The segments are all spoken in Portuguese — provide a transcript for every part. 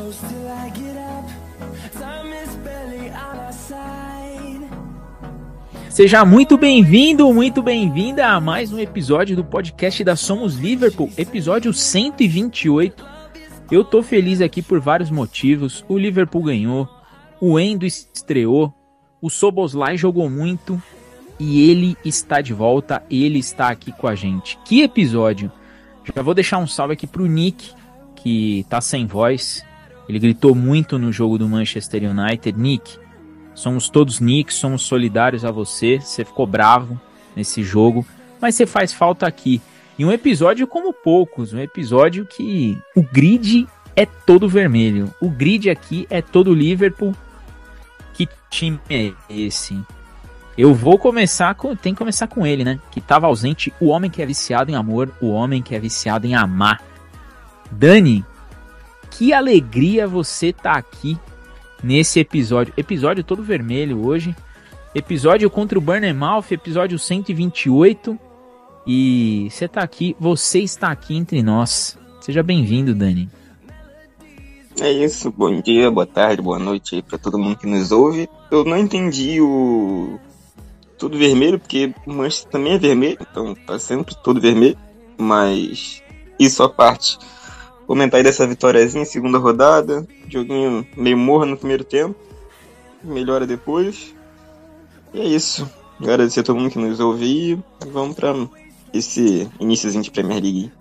close till I get up. Time is barely on our side. Seja muito bem-vindo, muito bem-vinda a mais um episódio do podcast da Somos Liverpool, episódio 128. Eu tô feliz aqui por vários motivos. O Liverpool ganhou, o Endo estreou, o Szoboszlai jogou muito e ele está de volta, ele está aqui com a gente. Que episódio! Já vou deixar um salve aqui pro Nick, que tá sem voz. Ele gritou muito no jogo do Manchester United. Nick, somos todos Nick, somos solidários a você. Você ficou bravo nesse jogo, mas você faz falta aqui. E um episódio como poucos, um episódio que o grid é todo vermelho. O grid aqui é todo Liverpool. Que time é esse? Eu vou começar com... Tem que começar com ele, né? Que tava ausente, o homem que é viciado em amor, o homem que é viciado em amar. Dani, que alegria você tá aqui nesse episódio. Episódio todo vermelho hoje. Episódio contra o Bournemouth, episódio 128. E você tá aqui, você está aqui entre nós. Seja bem-vindo, Dani. É isso, bom dia, boa tarde, boa noite aí pra todo mundo que nos ouve. Eu não entendi o tudo vermelho, porque o Manchester também é vermelho, então tá sempre todo vermelho, mas isso à parte. Comentar aí dessa vitóriazinha, segunda rodada, joguinho meio morno no primeiro tempo, melhora depois. E é isso, agradecer a todo mundo que nos ouve e vamos pra esse iniciozinho de Premier League.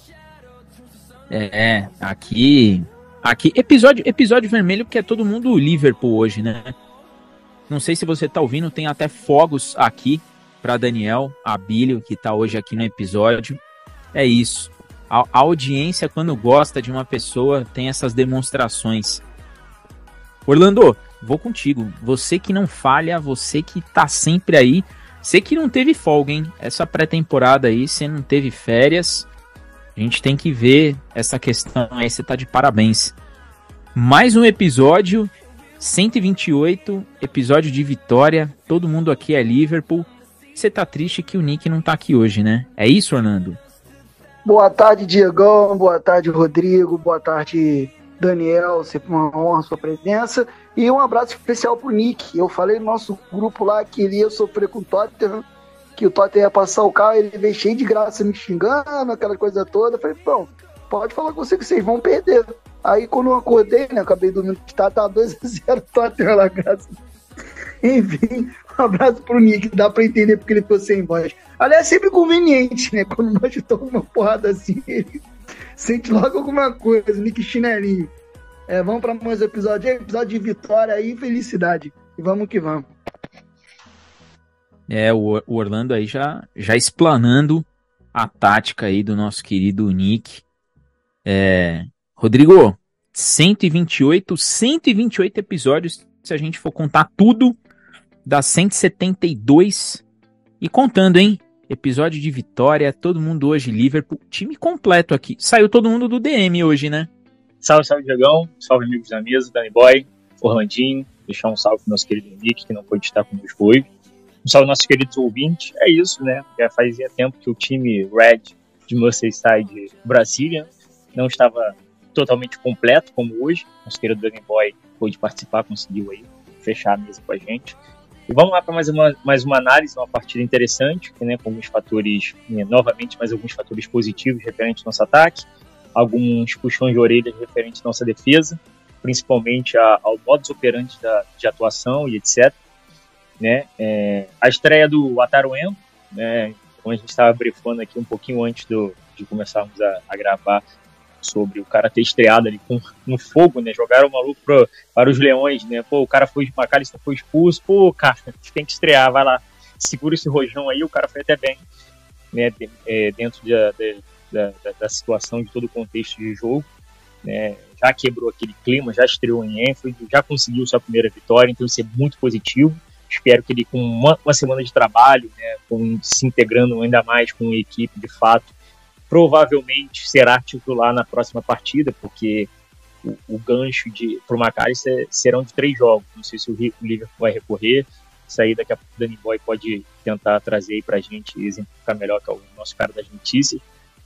Aqui episódio vermelho, porque é todo mundo Liverpool hoje, né? Não sei se você tá ouvindo, tem até fogos aqui pra Daniel Abílio, que tá hoje aqui no episódio. É isso. A audiência, quando gosta de uma pessoa, tem essas demonstrações. Orlando, vou contigo. Você que não falha, você que tá sempre aí. Você que não teve folga, hein? Essa pré-temporada aí, você não teve férias. A gente tem que ver essa questão aí, você tá de parabéns. Mais um episódio, 128, episódio de vitória. Todo mundo aqui é Liverpool. Você tá triste que o Nick não tá aqui hoje, né? É isso, Orlando? Boa tarde, Diegão. Boa tarde, Rodrigo. Boa tarde, Daniel. Sempre uma honra a sua presença. E um abraço especial pro Nick. Eu falei no nosso grupo lá que ele ia sofrer com o Tottenham, que o Tottenham ia passar o carro, ele veio cheio de graça me xingando, aquela coisa toda. Eu falei, bom, pode falar com você que vocês vão perder. Aí quando eu acordei, né, acabei dormindo, tá 2-0 Tottenham lá, graças. Enfim, um abraço pro Nick, dá pra entender porque ele ficou sem voz. Aliás, é sempre conveniente, né, quando o Manchester toma uma porrada assim, ele sente logo alguma coisa, Nick chinelinho. Vamos pra mais um episódio de vitória e felicidade. E vamos que vamos. O Orlando aí já explanando a tática aí do nosso querido Nick. Rodrigo, 128 episódios, se a gente for contar tudo, dá 172 e contando, hein? Episódio de vitória, todo mundo hoje Liverpool, time completo aqui. Saiu todo mundo do DM hoje, né? Salve, Diegão, salve amigos da mesa, Dani Boy, Orlandinho, deixar um salve pro nosso querido Nick, que não pôde estar conosco hoje. Um salve nossos queridos ouvintes. É isso, né? Já fazia tempo que o time Red de Merseyside Brasília não estava totalmente completo como hoje. Nosso querido Danny Boy pôde participar, conseguiu aí fechar a mesa com a gente. E vamos lá para mais uma análise, uma partida interessante, né, com alguns fatores, novamente, mais alguns fatores positivos referentes ao nosso ataque, alguns puxões de orelhas referentes à nossa defesa, principalmente ao modus operandi de atuação e etc. Né? A estreia do Wataru Endo, né, como a gente estava briefando aqui um pouquinho antes de começarmos a gravar, sobre o cara ter estreado ali no fogo, né? Jogaram o maluco para os leões, né? Pô, o cara foi, McAllister foi expulso, pô, cara, tem que estrear, vai lá, segura esse rojão aí, o cara foi até bem, né? Dentro da situação, de todo o contexto de jogo, né? Já quebrou aquele clima, já estreou em Anfield, já conseguiu sua primeira vitória, então isso é muito positivo. Espero que ele, com uma semana de trabalho, né, se integrando ainda mais com a equipe de fato, provavelmente será titular na próxima partida, porque o gancho para o McAllister serão de 3 jogos. Não sei se o Liverpool vai recorrer. Isso aí daqui a pouco o Danny Boy pode tentar trazer aí para a gente exemplificar melhor, que é o nosso cara das notícias.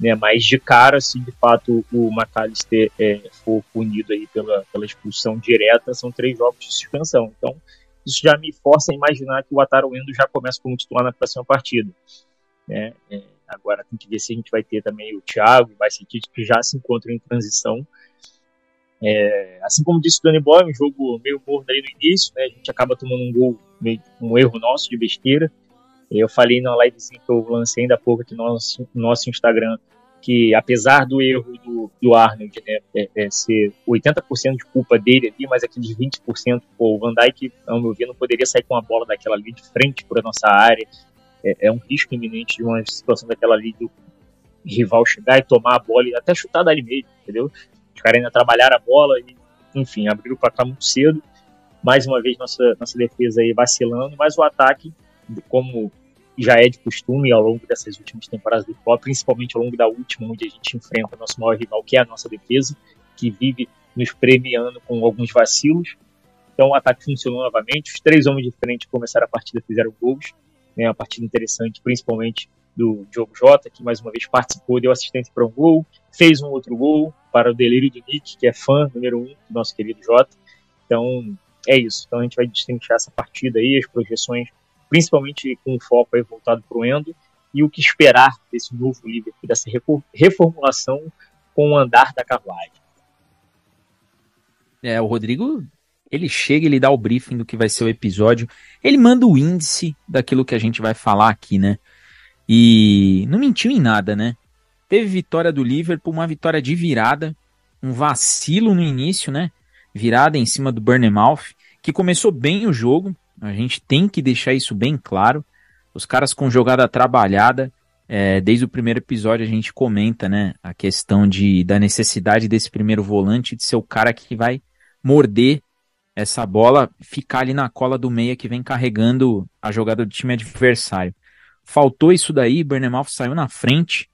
né? Mas de cara, se de fato o McAllister for punido aí pela expulsão direta, são 3 jogos de suspensão. Então, isso já me força a imaginar que o Wataru Endo já começa como titular na próxima partida, né? Agora tem que ver se a gente vai ter também o Thiago e o Bacetich, que já se encontram em transição. Assim como disse o Danny Boy, um jogo meio morno ali no início, né? A gente acaba tomando um gol, um erro nosso de besteira. Eu falei na livezinha que eu lancei ainda há pouco aqui no nosso Instagram, que apesar do erro do Arnold, né, ser 80% de culpa dele ali, mas aqueles 20%, o Van Dijk, ao meu ver, não poderia sair com a bola daquela ali de frente para a nossa área. É um risco iminente de uma situação daquela ali do rival chegar e tomar a bola e até chutar dali mesmo, entendeu? Os caras ainda trabalharam a bola e, enfim, abriram o placar muito cedo. Mais uma vez, nossa defesa aí vacilando, mas o ataque, como já é de costume ao longo dessas últimas temporadas do Klopp, principalmente ao longo da última, onde a gente enfrenta o nosso maior rival, que é a nossa defesa, que vive nos premiando com alguns vacilos. Então o ataque funcionou novamente, os 3 homens de frente começaram a partida, fizeram gols, né, uma partida interessante, principalmente do Diogo Jota, que mais uma vez participou, deu assistência para um gol, fez um outro gol para o delírio do Nick, que é fã número 1 do nosso querido Jota. Então é isso, então a gente vai destrinchar essa partida aí, as projeções, principalmente com o foco aí voltado para o Endo, e o que esperar desse novo Liverpool, dessa reformulação com o andar da carruagem. O Rodrigo, ele chega, ele dá o briefing do que vai ser o episódio, ele manda o índice daquilo que a gente vai falar aqui, né? E não mentiu em nada, né? Teve vitória do Liverpool, uma vitória de virada, um vacilo no início, né? Virada em cima do Bournemouth, que começou bem o jogo. A gente tem que deixar isso bem claro. Os caras com jogada trabalhada, desde o primeiro episódio a gente comenta, né, a questão da necessidade desse primeiro volante de ser o cara que vai morder essa bola, ficar ali na cola do meia que vem carregando a jogada do time adversário. Faltou isso daí, Bournemouth saiu na frente,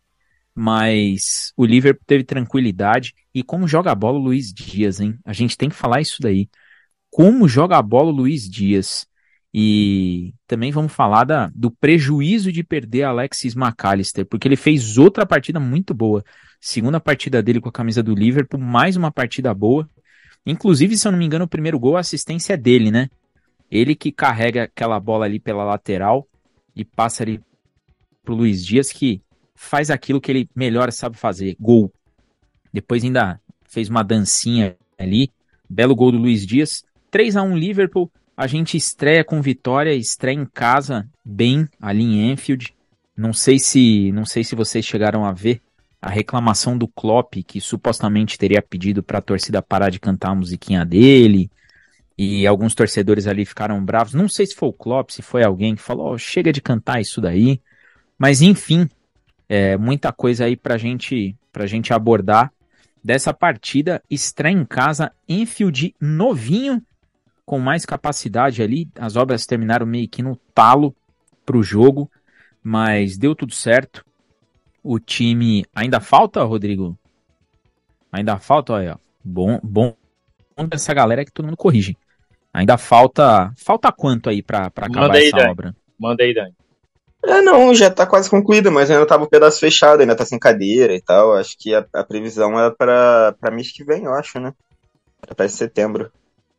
mas o Liverpool teve tranquilidade. E como joga a bola o Luiz Dias, hein? A gente tem que falar isso daí. Como joga a bola o Luiz Dias. E também vamos falar do prejuízo de perder Alexis McAllister, porque ele fez outra partida muito boa. Segunda partida dele com a camisa do Liverpool, mais uma partida boa. Inclusive, se eu não me engano, o primeiro gol, a assistência é dele, né? Ele que carrega aquela bola ali pela lateral e passa ali pro Luiz Dias, que faz aquilo que ele melhor sabe fazer, gol. Depois ainda fez uma dancinha ali, belo gol do Luiz Dias. 3-1 Liverpool. A gente estreia com vitória, estreia em casa, bem, ali em Anfield. Não sei se vocês chegaram a ver a reclamação do Klopp, que supostamente teria pedido para a torcida parar de cantar a musiquinha dele, e alguns torcedores ali ficaram bravos. Não sei se foi o Klopp, se foi alguém que falou, chega de cantar isso daí. Mas enfim, muita coisa aí pra gente abordar dessa partida. Estreia em casa, Anfield novinho, com mais capacidade ali. As obras terminaram meio que no talo pro jogo, mas deu tudo certo. O time... Ainda falta, Rodrigo? Ainda falta, olha. Bom dessa galera que todo mundo corrige. Ainda falta... Falta quanto aí pra acabar essa Dani. obra? Manda aí, Dani. Não, já tá quase concluída, mas ainda tava o pedaço fechado, ainda tá sem cadeira e tal. Acho que a previsão é pra mês que vem, eu acho, né? Pra setembro.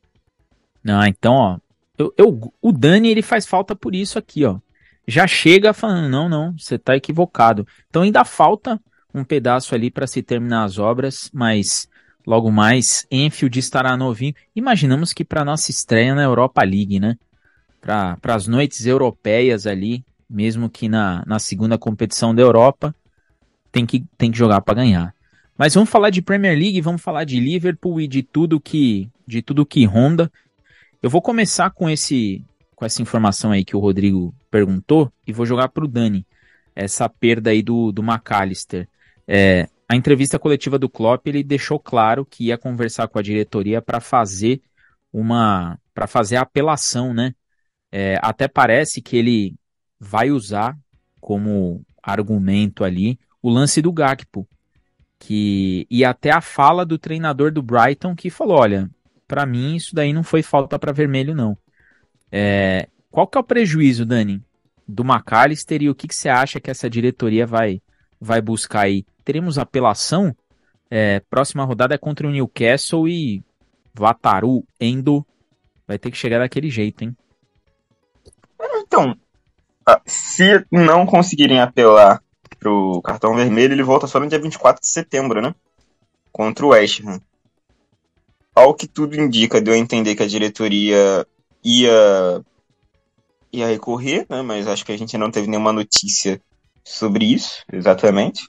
Então, ó, o Dani, ele faz falta por isso aqui, ó. Já chega falando, não, você tá equivocado. Então ainda falta um pedaço ali para se terminar as obras, mas logo mais Anfield estará novinho. Imaginamos que para nossa estreia na Europa League, né? Para as noites europeias ali, mesmo que na segunda competição da Europa, tem que jogar para ganhar. Mas vamos falar de Premier League, vamos falar de Liverpool e de tudo que ronda. Eu vou começar com essa informação aí que o Rodrigo perguntou e vou jogar para o Dani. Essa perda aí do McAllister. A entrevista coletiva do Klopp, ele deixou claro que ia conversar com a diretoria para fazer a apelação, né? Até parece que ele vai usar como argumento ali o lance do Gakpo. E até a fala do treinador do Brighton que falou, olha, para mim isso daí não foi falta para vermelho não. Qual que é o prejuízo, Dani, do McAllister e o que você acha que essa diretoria vai buscar aí? teremos apelação. Próxima rodada é contra o Newcastle e Wataru Endo vai ter que chegar daquele jeito, hein? Então, se não conseguirem apelar pro cartão vermelho, ele volta só no dia 24 de setembro, né? Contra o West Ham. Ao que tudo indica, deu a entender que a diretoria ia recorrer, né? Mas acho que a gente não teve nenhuma notícia sobre isso, exatamente.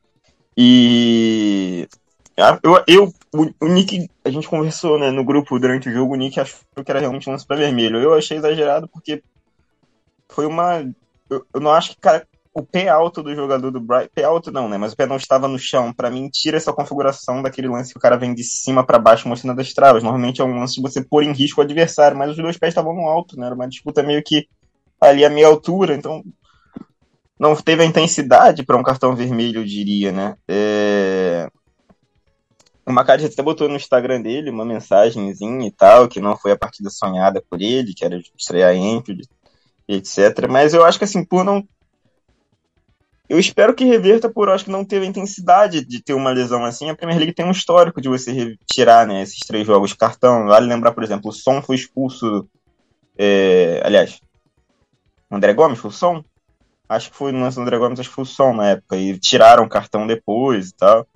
E o Nick, a gente conversou, né, no grupo durante o jogo, o Nick achou que era realmente um lance para vermelho. Eu achei exagerado porque foi uma... Eu não acho que, cara, o pé alto do jogador do Brighton... Pé alto não, né? Mas o pé não estava no chão. Pra mim, tira essa configuração daquele lance que o cara vem de cima pra baixo mostrando as travas. Normalmente é um lance de você pôr em risco o adversário, mas os dois pés estavam no alto, né? Era uma disputa meio que ali a meia altura, então não teve a intensidade para um cartão vermelho, eu diria, né? O Macari até botou no Instagram dele uma mensagenzinha e tal, que não foi a partida sonhada por ele, que era estrear em Anfield, etc. Mas eu acho que assim, por não... Eu espero que reverta por, acho que não teve a intensidade de ter uma lesão assim. A Premier League tem um histórico de você retirar, né, esses 3 jogos de cartão. Vale lembrar, por exemplo, o Son foi expulso... aliás, o André Gomes foi o Son? Acho que foi no lance do André Gomes, acho que foi o Son na época. E tiraram o cartão depois e tal.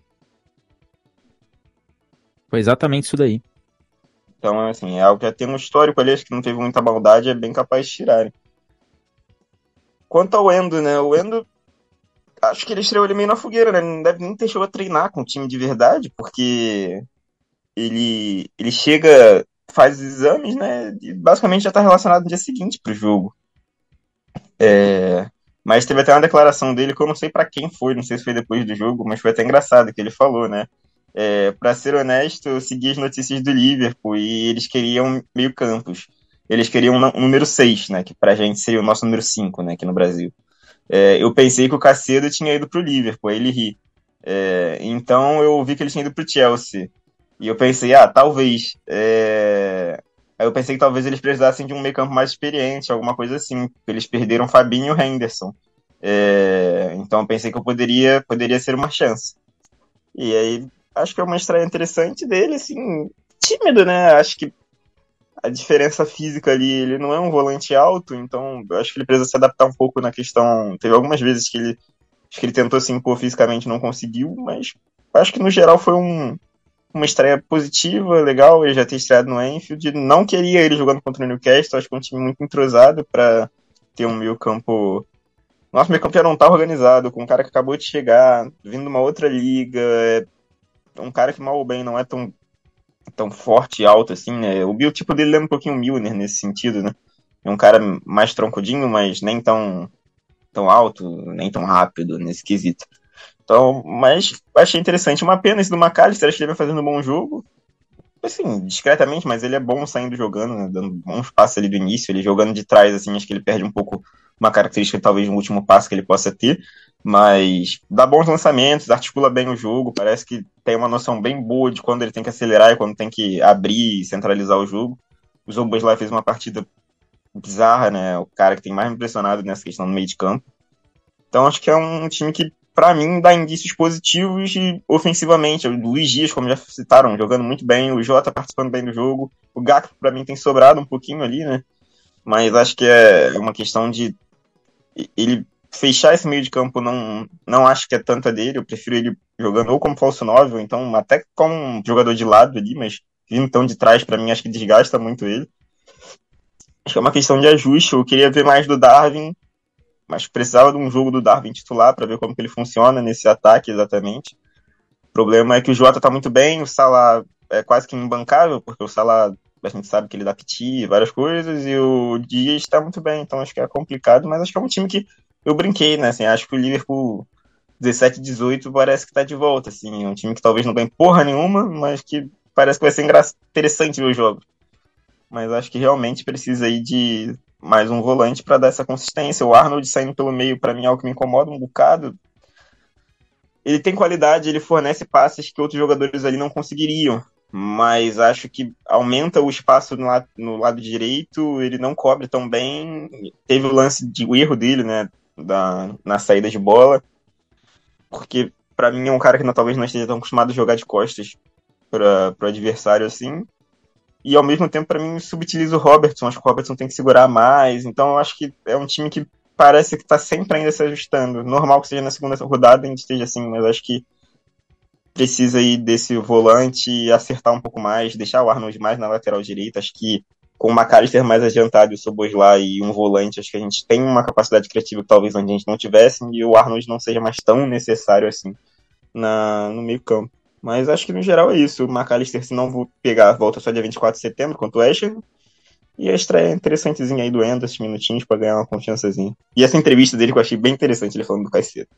Foi exatamente isso daí. Então, assim, é algo que já tem um histórico ali, acho que não teve muita maldade, é bem capaz de tirarem. Quanto ao Endo, né, o Endo, acho que ele estreou ele meio na fogueira, né, não deve nem ter chegado a treinar com o time de verdade, porque ele chega, faz os exames, né, e basicamente já tá relacionado no dia seguinte pro jogo. Mas teve até uma declaração dele que eu não sei pra quem foi, não sei se foi depois do jogo, mas foi até engraçado que ele falou, né, pra ser honesto, eu segui as notícias do Liverpool e eles queriam meio campos. Eles queriam um número 6, né, que pra gente seria o nosso número 5, né, aqui no Brasil. Eu pensei que o Caicedo tinha ido pro Liverpool, aí ele ri. Então eu vi que ele tinha ido pro Chelsea. E eu pensei, talvez. Aí eu pensei que talvez eles precisassem de um meio-campo mais experiente, alguma coisa assim. Eles perderam o Fabinho e o Henderson. Então eu pensei que eu poderia ser uma chance. E aí, acho que é uma estreia interessante dele, assim, tímido, né? Acho que a diferença física ali, ele não é um volante alto, então eu acho que ele precisa se adaptar um pouco na questão. Teve algumas vezes que ele tentou se impor fisicamente, não conseguiu, mas acho que no geral foi uma estreia positiva, legal. Ele já ter estreado no Anfield, não queria ele jogando contra o Newcastle, acho que é um time muito entrosado para ter um meio campo. Nosso meio campo já não tá organizado, com um cara que acabou de chegar, vindo de uma outra liga, um cara que mal ou bem não é tão forte e alto assim, né? O biotipo dele lembra um pouquinho o Milner nesse sentido, né? É um cara mais troncudinho, mas nem tão alto, nem tão rápido nesse quesito. Então, mas achei interessante. Uma pena esse do McAllister, acho que ele vai fazendo um bom jogo. Assim, discretamente, mas ele é bom saindo jogando, né? Dando bons passos ali do início, ele jogando de trás, assim, acho que ele perde um pouco uma característica, talvez, no último passo que ele possa ter, mas dá bons lançamentos, articula bem o jogo, parece que tem uma noção bem boa de quando ele tem que acelerar e quando tem que abrir e centralizar o jogo. O Szoboszlai fez uma partida bizarra, né? O cara que tem mais me impressionado nessa questão no meio de campo. Então acho que é um time que, pra mim, dá indícios positivos e ofensivamente. O Luiz Dias, como já citaram, jogando muito bem, o Jota participando bem do jogo. O Gakpo, pra mim, tem sobrado um pouquinho ali, né? Mas acho que é uma questão de ele fechar esse meio de campo, não acho que é tanta dele. Eu prefiro ele jogando ou como falso 9, ou então até como um jogador de lado ali, mas vindo então de trás, pra mim, acho que desgasta muito ele. Acho que é uma questão de ajuste. Eu queria ver mais do Darwin, mas precisava de um jogo do Darwin titular para ver como que ele funciona nesse ataque exatamente. O problema é que o Jota tá muito bem, o Salah é quase que imbancável, porque o Salah, a gente sabe que ele dá piti e várias coisas, e o Dias tá muito bem, então acho que é complicado, mas acho que é um time que eu brinquei, né, assim, acho que o Liverpool 17, 18 parece que tá de volta, assim, é um time que talvez não ganhe porra nenhuma, mas que parece que vai ser interessante ver o jogo. Mas acho que realmente precisa aí de mais um volante para dar essa consistência. O Arnold saindo pelo meio, para mim, é algo que me incomoda um bocado. Ele tem qualidade, ele fornece passes que outros jogadores ali não conseguiriam, mas acho que aumenta o espaço no lado direito, ele não cobre tão bem. Teve o erro dele, né, na saída de bola, porque pra mim é um cara que talvez não esteja tão acostumado a jogar de costas pro adversário assim. E ao mesmo tempo, pra mim, subutiliza o Robertson. Acho que o Robertson tem que segurar mais. Então eu acho que é um time que parece que tá sempre ainda se ajustando. Normal que seja na segunda rodada a gente esteja assim, mas acho que precisa aí desse volante acertar um pouco mais, deixar o Arnold mais na lateral direita. Acho que com o McAllister mais adiantado e o Szoboszlai e um volante, acho que a gente tem uma capacidade criativa que talvez onde a gente não tivesse, e o Arnold não seja mais tão necessário assim no meio campo. Mas acho que no geral é isso. O McAllister, se não vou pegar, volta só dia 24 de setembro contra o Escher. E a estreia interessantezinha aí do Endo, esses minutinhos pra ganhar uma confiançazinha. E essa entrevista dele que eu achei bem interessante, ele falando do Caicedo.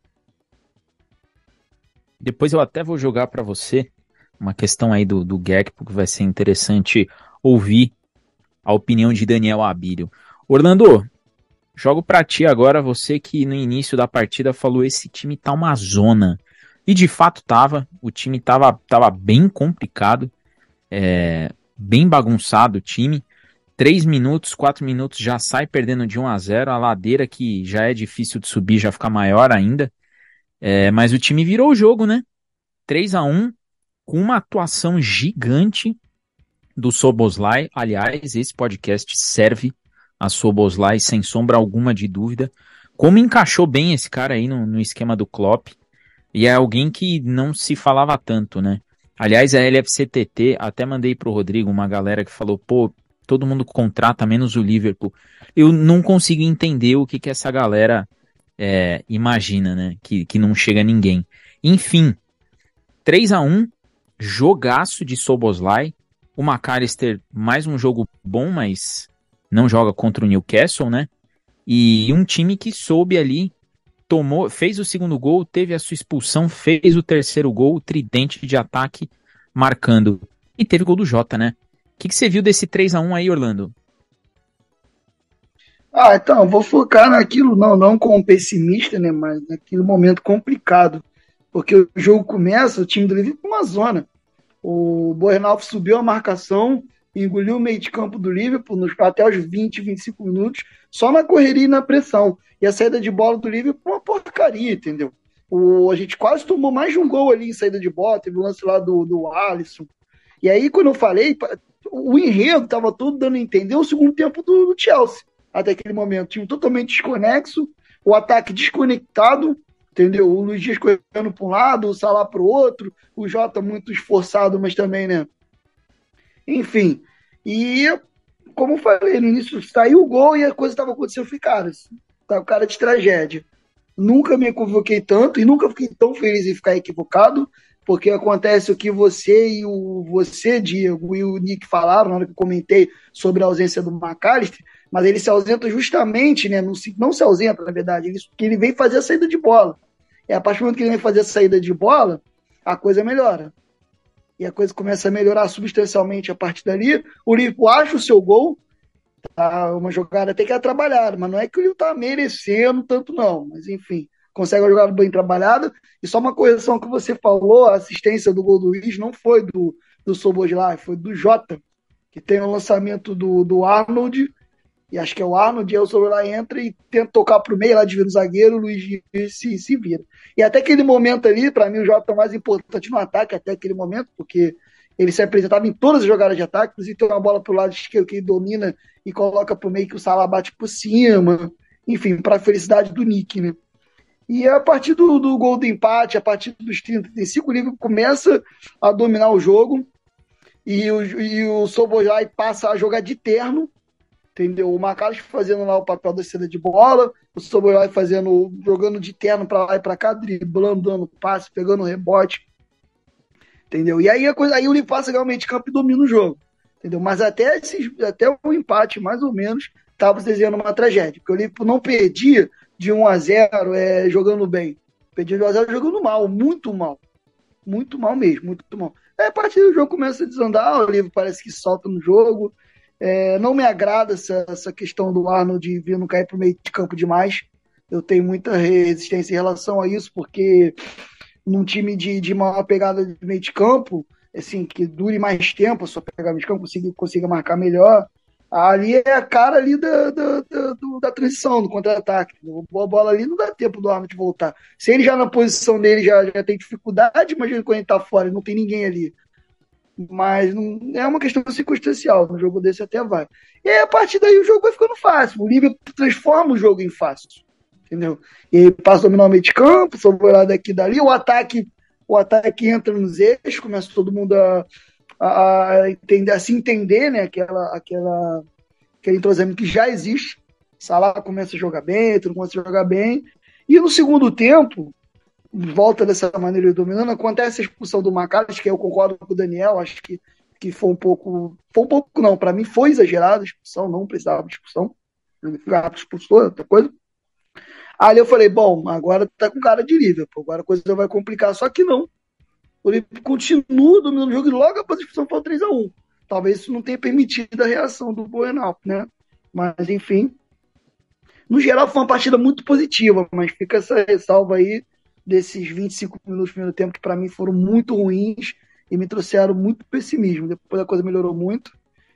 Depois eu até vou jogar pra você uma questão aí do Gakpo, que vai ser interessante ouvir a opinião de Daniel Abílio. Orlando, jogo pra ti agora, você que no início da partida falou esse time tá uma zona. E de fato tava, o time tava bem complicado, bem bagunçado o time. 3 minutos, 4 minutos já sai perdendo de 1-0, a ladeira que já é difícil de subir já fica maior ainda. Mas o time virou o jogo, né? 3-1, com uma atuação gigante do Szoboszlai. Aliás, esse podcast serve a Szoboszlai sem sombra alguma de dúvida. Como encaixou bem esse cara aí no esquema do Klopp. E é alguém que não se falava tanto, né? Aliás, a LFCTT, até mandei pro Rodrigo uma galera que falou, pô, todo mundo contrata, menos o Liverpool. Eu não consigo entender o que essa galera imagina, né? Que não chega ninguém. Enfim, 3-1, jogaço de Szoboszlai. O McAllister, mais um jogo bom, mas não joga contra o Newcastle, né? E um time que soube ali, fez o segundo gol, teve a sua expulsão, fez o terceiro gol, o tridente de ataque marcando. E teve gol do Jota, né? O que você viu desse 3-1 aí, Orlando? Então, vou focar naquilo, não como pessimista, né, mas naquele momento complicado. Porque o jogo começa, o time do Liverpool com uma zona. O Bournemouth subiu a marcação, engoliu o meio de campo do Liverpool até os 20, 25 minutos, só na correria e na pressão. E a saída de bola do Liverpool uma porcaria, entendeu? A gente quase tomou mais de um gol ali em saída de bola, teve o lance lá do Alisson. E aí, quando eu falei, o enredo estava todo dando a entender o segundo tempo do Chelsea. Até aquele momento, time totalmente desconexo, o ataque desconectado, entendeu? O Luiz Dias correndo para um lado, o Salah para o outro, o Jota muito esforçado, mas também, né? Enfim, e como eu falei no início, saiu o gol e a coisa estava acontecendo. Eu falei, cara, tá o cara de tragédia. Nunca me equivoquei tanto e nunca fiquei tão feliz em ficar equivocado, porque acontece o que você, Diego, e o Nick falaram na hora que eu comentei sobre a ausência do McAllister, mas ele se ausenta justamente, né? Não se ausenta, na verdade, porque ele vem fazer a saída de bola. E a partir do momento que ele vem fazer a saída de bola, a coisa melhora. E a coisa começa a melhorar substancialmente a partir dali. O Liverpool acha o seu gol, tá? Uma jogada até que é trabalhada, mas não é que o Liverpool tá merecendo tanto, não. Mas enfim, consegue uma jogada bem trabalhada. E só uma correção que você falou, a assistência do gol do Luiz não foi do Szoboszlai, foi do Jota, que tem o lançamento do Arnold, e acho que é o Arnold, e aí o Szoboszlai entra e tenta tocar pro meio, lá desvia o zagueiro, o Luiz se vira. E até aquele momento ali, para mim, o Jota é mais importante no ataque, até aquele momento, porque ele se apresentava em todas as jogadas de ataque, inclusive tem uma bola pro lado esquerdo que ele domina e coloca pro meio que o Salah bate por cima, enfim, para a felicidade do Nick, né? E a partir do gol do empate, a partir dos 30, 35, o Liverpool começa a dominar o jogo e o Szoboszlai passa a jogar de terno, entendeu? O McAllister fazendo lá o papel da saída de bola, o Szoboszlai jogando de terno para lá e para cá, driblando, dando passe, pegando rebote, entendeu? E aí aí o Liverpool passa realmente campo e domina o jogo, entendeu? Mas até o empate, mais ou menos, estava se desenhando uma tragédia, porque o Liverpool não perdia de 1-0 jogando bem, perdia de 1-0 jogando mal, muito mal mesmo, muito mal. Aí a partir do jogo começa a desandar, o Liverpool parece que solta no jogo. Não me agrada essa questão do Arnold vindo cair para o meio de campo demais. Eu tenho muita resistência em relação a isso, porque num time de maior pegada de meio de campo, assim, que dure mais tempo a sua pegada de campo, consiga marcar melhor, Ali é a cara ali da transição, do contra-ataque. A bola ali não dá tempo do Arnold voltar. Se ele já na posição dele já tem dificuldade, imagina quando ele tá fora, não tem ninguém ali. Mas não, é uma questão circunstancial. No jogo desse até vai. E aí, a partir daí o jogo vai ficando fácil. O Liverpool transforma o jogo em fácil. Entendeu? E aí passa a dominar o meio de campo, sobrou lá daqui e dali. O ataque entra nos eixos, começa todo mundo a se entender, né? Aquele entrosamento que já existe. Salah começa a jogar bem, tudo começa a jogar bem. E no segundo tempo, volta dessa maneira dominando, acontece a expulsão do Macalester, que eu concordo com o Daniel, acho que foi um pouco não, para mim foi exagerado a expulsão, não precisava de expulsão. O expulsou, outra coisa. Ali eu falei, bom, agora tá com cara de Liverpool, agora a coisa vai complicar, só que não. O Liverpool continua dominando o jogo e logo após a expulsão foi o 3-1. Talvez isso não tenha permitido a reação do Boenal, né? Mas, enfim. No geral, foi uma partida muito positiva, mas fica essa ressalva aí desses 25 minutos do primeiro tempo que, para mim, foram muito ruins e me trouxeram muito pessimismo. Depois a coisa melhorou muito.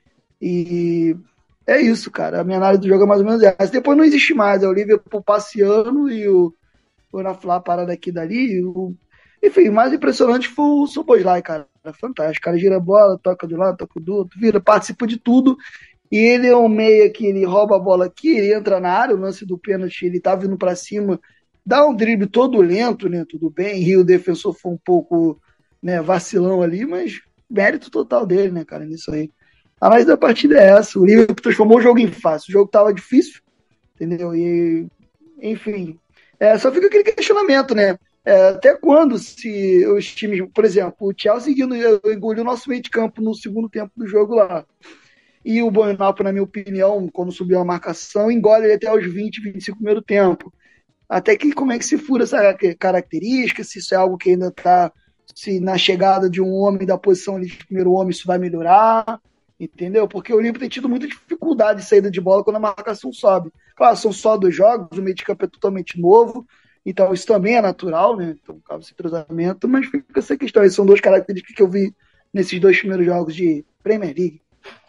E é isso, cara. A minha análise do jogo é mais ou menos essa. Depois não existe mais. É o Liverpool passeando e o Boenal para daqui e dali. Enfim, o mais impressionante foi o Szoboszlai, cara. É fantástico. O cara gira a bola, toca de um lado, toca do outro, vira, participa de tudo. E ele é um meia que ele rouba a bola aqui, ele entra na área, o lance do pênalti, ele tá vindo para cima, dá um drible todo lento, né? Tudo bem. E o defensor foi um pouco, né, vacilão ali, mas mérito total dele, né, cara, nisso aí. A análise da partida é essa. O Liverpool transformou o jogo em fácil. O jogo tava difícil, entendeu? E, enfim, só fica aquele questionamento, né? Até quando se os times, por exemplo, o Chelsea engoliu o nosso meio de campo no segundo tempo do jogo lá. E o Boenal, na minha opinião, quando subiu a marcação, engole ele até os 20, 25 do primeiro tempo. Até que como é que se fura essa característica, se isso é algo que ainda está, se na chegada de um homem da posição de primeiro homem isso vai melhorar, entendeu? Porque o Liverpool tem tido muita dificuldade de saída de bola quando a marcação sobe. Claro, são só 2 jogos, o meio de campo é totalmente novo, então isso também é natural, né? Então, causa esse cruzamento, mas fica essa questão. Essas são 2 características que eu vi nesses 2 primeiros jogos de Premier League.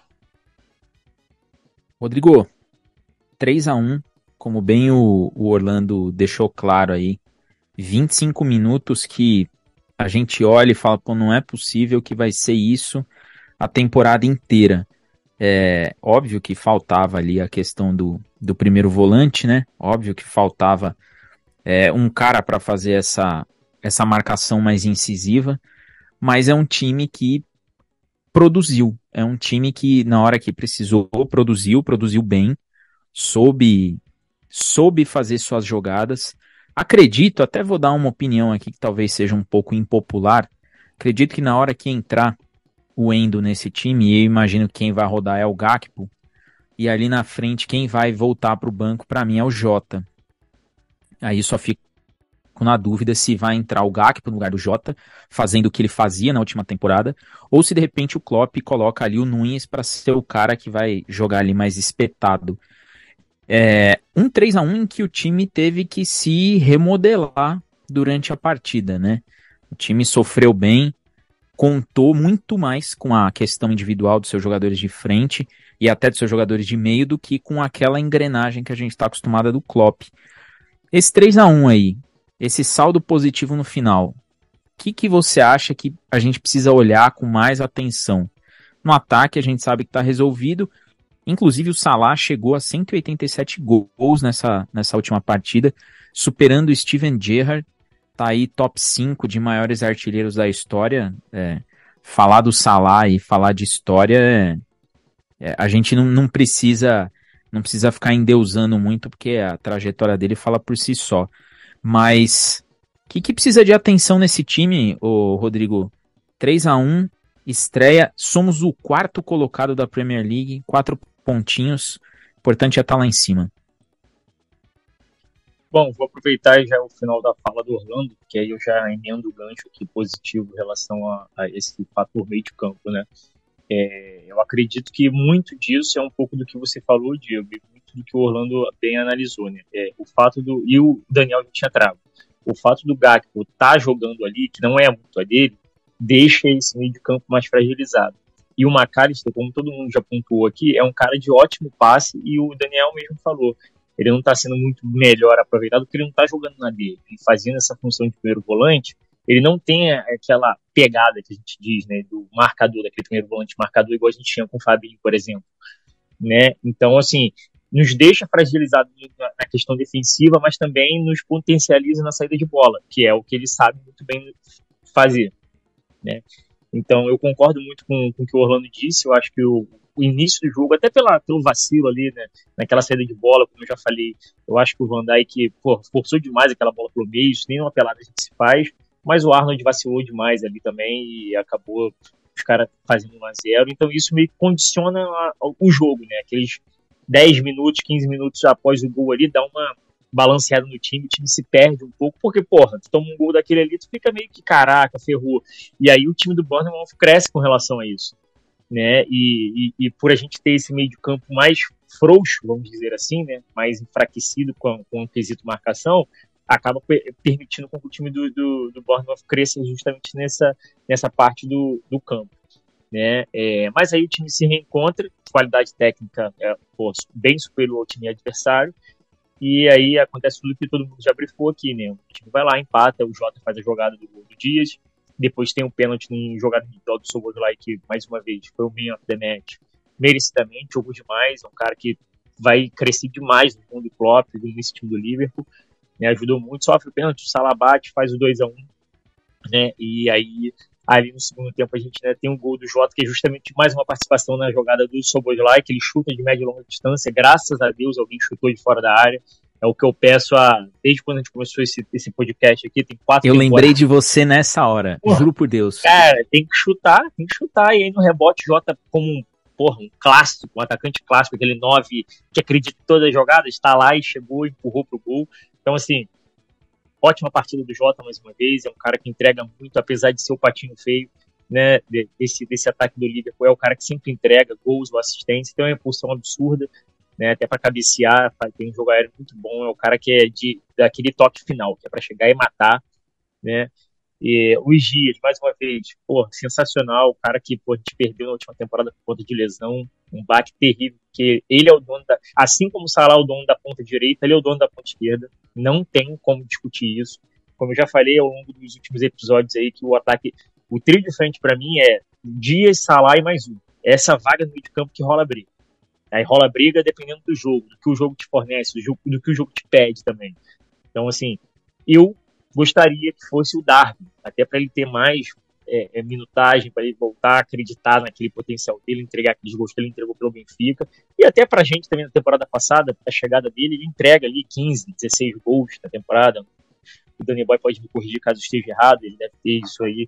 Rodrigo, 3-1, como bem o Orlando deixou claro aí, 25 minutos que a gente olha e fala, pô, não é possível que vai ser isso a temporada inteira. É óbvio que faltava ali a questão do primeiro volante, né? Óbvio que faltava um cara para fazer essa marcação mais incisiva, mas é um time que produziu. É um time que, na hora que precisou, produziu bem, soube fazer suas jogadas. Acredito, até vou dar uma opinião aqui que talvez seja um pouco impopular, acredito que na hora que entrar o Endo nesse time, eu imagino que quem vai rodar é o Gakpo, e ali na frente quem vai voltar para o banco para mim é o Jota. Aí só fico na dúvida se vai entrar o Gakpo no lugar do Jota, fazendo o que ele fazia na última temporada, ou se de repente o Klopp coloca ali o Núñez para ser o cara que vai jogar ali mais espetado. Um 3-1 em que o time teve que se remodelar durante a partida, né? O time sofreu bem, contou muito mais com a questão individual dos seus jogadores de frente e até dos seus jogadores de meio do que com aquela engrenagem que a gente está acostumada do Klopp. Esse 3-1 aí, esse saldo positivo no final, o que você acha que a gente precisa olhar com mais atenção? No ataque a gente sabe que está resolvido, inclusive o Salah chegou a 187 gols nessa última partida, superando o Steven Gerrard, tá aí top 5 de maiores artilheiros da história. Falar do Salah e falar de história, a gente não precisa ficar endeusando muito, porque a trajetória dele fala por si só. Mas o que precisa de atenção nesse time, Rodrigo? 3-1, estreia, somos o 4º colocado da Premier League, 4 pontinhos, o importante é estar lá em cima. Bom, vou aproveitar já o final da fala do Orlando, que aí eu já emendo o gancho aqui positivo em relação a esse fator meio de campo, né? Eu acredito que muito disso é um pouco do que você falou, Diego, e muito do que o Orlando bem analisou, né? O fato e o Daniel já tinha trago. O fato do Gakpo estar jogando ali, que não é muito a dele, deixa esse meio de campo mais fragilizado. E o McAllister, como todo mundo já pontuou aqui, é um cara de ótimo passe, e o Daniel mesmo falou, ele não está sendo muito melhor aproveitado porque ele não está jogando na dele. Ele fazendo essa função de primeiro volante, ele não tem aquela pegada que a gente diz, né, do marcador, daquele primeiro volante marcador, igual a gente tinha com o Fabinho, por exemplo. Né? Então, assim, nos deixa fragilizados na questão defensiva, mas também nos potencializa na saída de bola, que é o que ele sabe muito bem fazer. Né? Então, eu concordo muito com o que o Orlando disse. Eu acho que o início do jogo, até pelo vacilo ali, né, naquela saída de bola, como eu já falei, eu acho que o Van Dijk forçou demais aquela bola pelo meio, isso nem uma pelada a gente se faz, mas o Arnold vacilou demais ali também e acabou os caras fazendo 1-0, então isso me condiciona o jogo, né, aqueles 10 minutos, 15 minutos após o gol ali, dá uma balanceada no time, o time se perde um pouco, porque, porra, tu toma um gol daquele ali, tu fica meio que, caraca, ferrou, e aí o time do Bournemouth cresce com relação a isso. Né? E por a gente ter esse meio de campo mais frouxo, vamos dizer assim, né? Mais enfraquecido com o quesito marcação, acaba permitindo que o time do Bournemouth cresça justamente nessa parte do campo. Né? Mas aí o time se reencontra, qualidade técnica bem superior ao time adversário, e aí acontece tudo que todo mundo já brifou aqui, né? O time vai lá, empata, o Jota faz a jogada do gol do Dias, depois tem um pênalti em jogada individual do Szoboszlai, que, mais uma vez, foi o man of the match. Merecidamente, jogou demais. É um cara que vai crescer demais no mundo do Klopp, nesse time do Liverpool. Né, ajudou muito. Sofre o pênalti, o Salah bate, faz o 2-1. Né, e aí, ali no segundo tempo, a gente, né, tem um gol do Jota, que é justamente mais uma participação na jogada do Szoboszlai, que ele chuta de média e longa distância. Graças a Deus, alguém chutou de fora da área. É o que eu peço desde quando a gente começou esse podcast aqui, tem 4 Eu lembrei de você nessa hora, juro por Deus. Cara, tem que chutar, e aí no rebote, Jota como um clássico, um atacante clássico, aquele 9 que acredita em todas as jogadas, está lá e chegou, empurrou pro gol. Então, assim, ótima partida do Jota mais uma vez, é um cara que entrega muito, apesar de ser o patinho feio, né, desse ataque do Liverpool, é o cara que sempre entrega gols ou assistência, tem uma impulsão absurda, né, até para cabecear, tem um jogo aéreo muito bom, é o cara que é daquele toque final, que é para chegar e matar, né, e o Dias, mais uma vez, sensacional, o cara que a gente perdeu na última temporada por conta de lesão, um baque terrível, porque ele é o dono assim como o Salah é o dono da ponta direita, ele é o dono da ponta esquerda, não tem como discutir isso, como eu já falei ao longo dos últimos episódios aí, que o trio de frente para mim é Dias, Salah e mais um, essa vaga no meio de campo que rola briga. Aí rola briga dependendo do jogo, do que o jogo te fornece, do que o jogo te pede também. Então, assim, eu gostaria que fosse o Darwin, até para ele ter mais minutagem, para ele voltar a acreditar naquele potencial dele, entregar aqueles gols que ele entregou pelo Benfica, e até pra gente também na temporada passada, a chegada dele, ele entrega ali 15, 16 gols na temporada. O Danny Boy pode me corrigir caso esteja errado, ele deve ter isso aí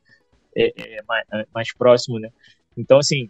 mais próximo, né? Então, assim,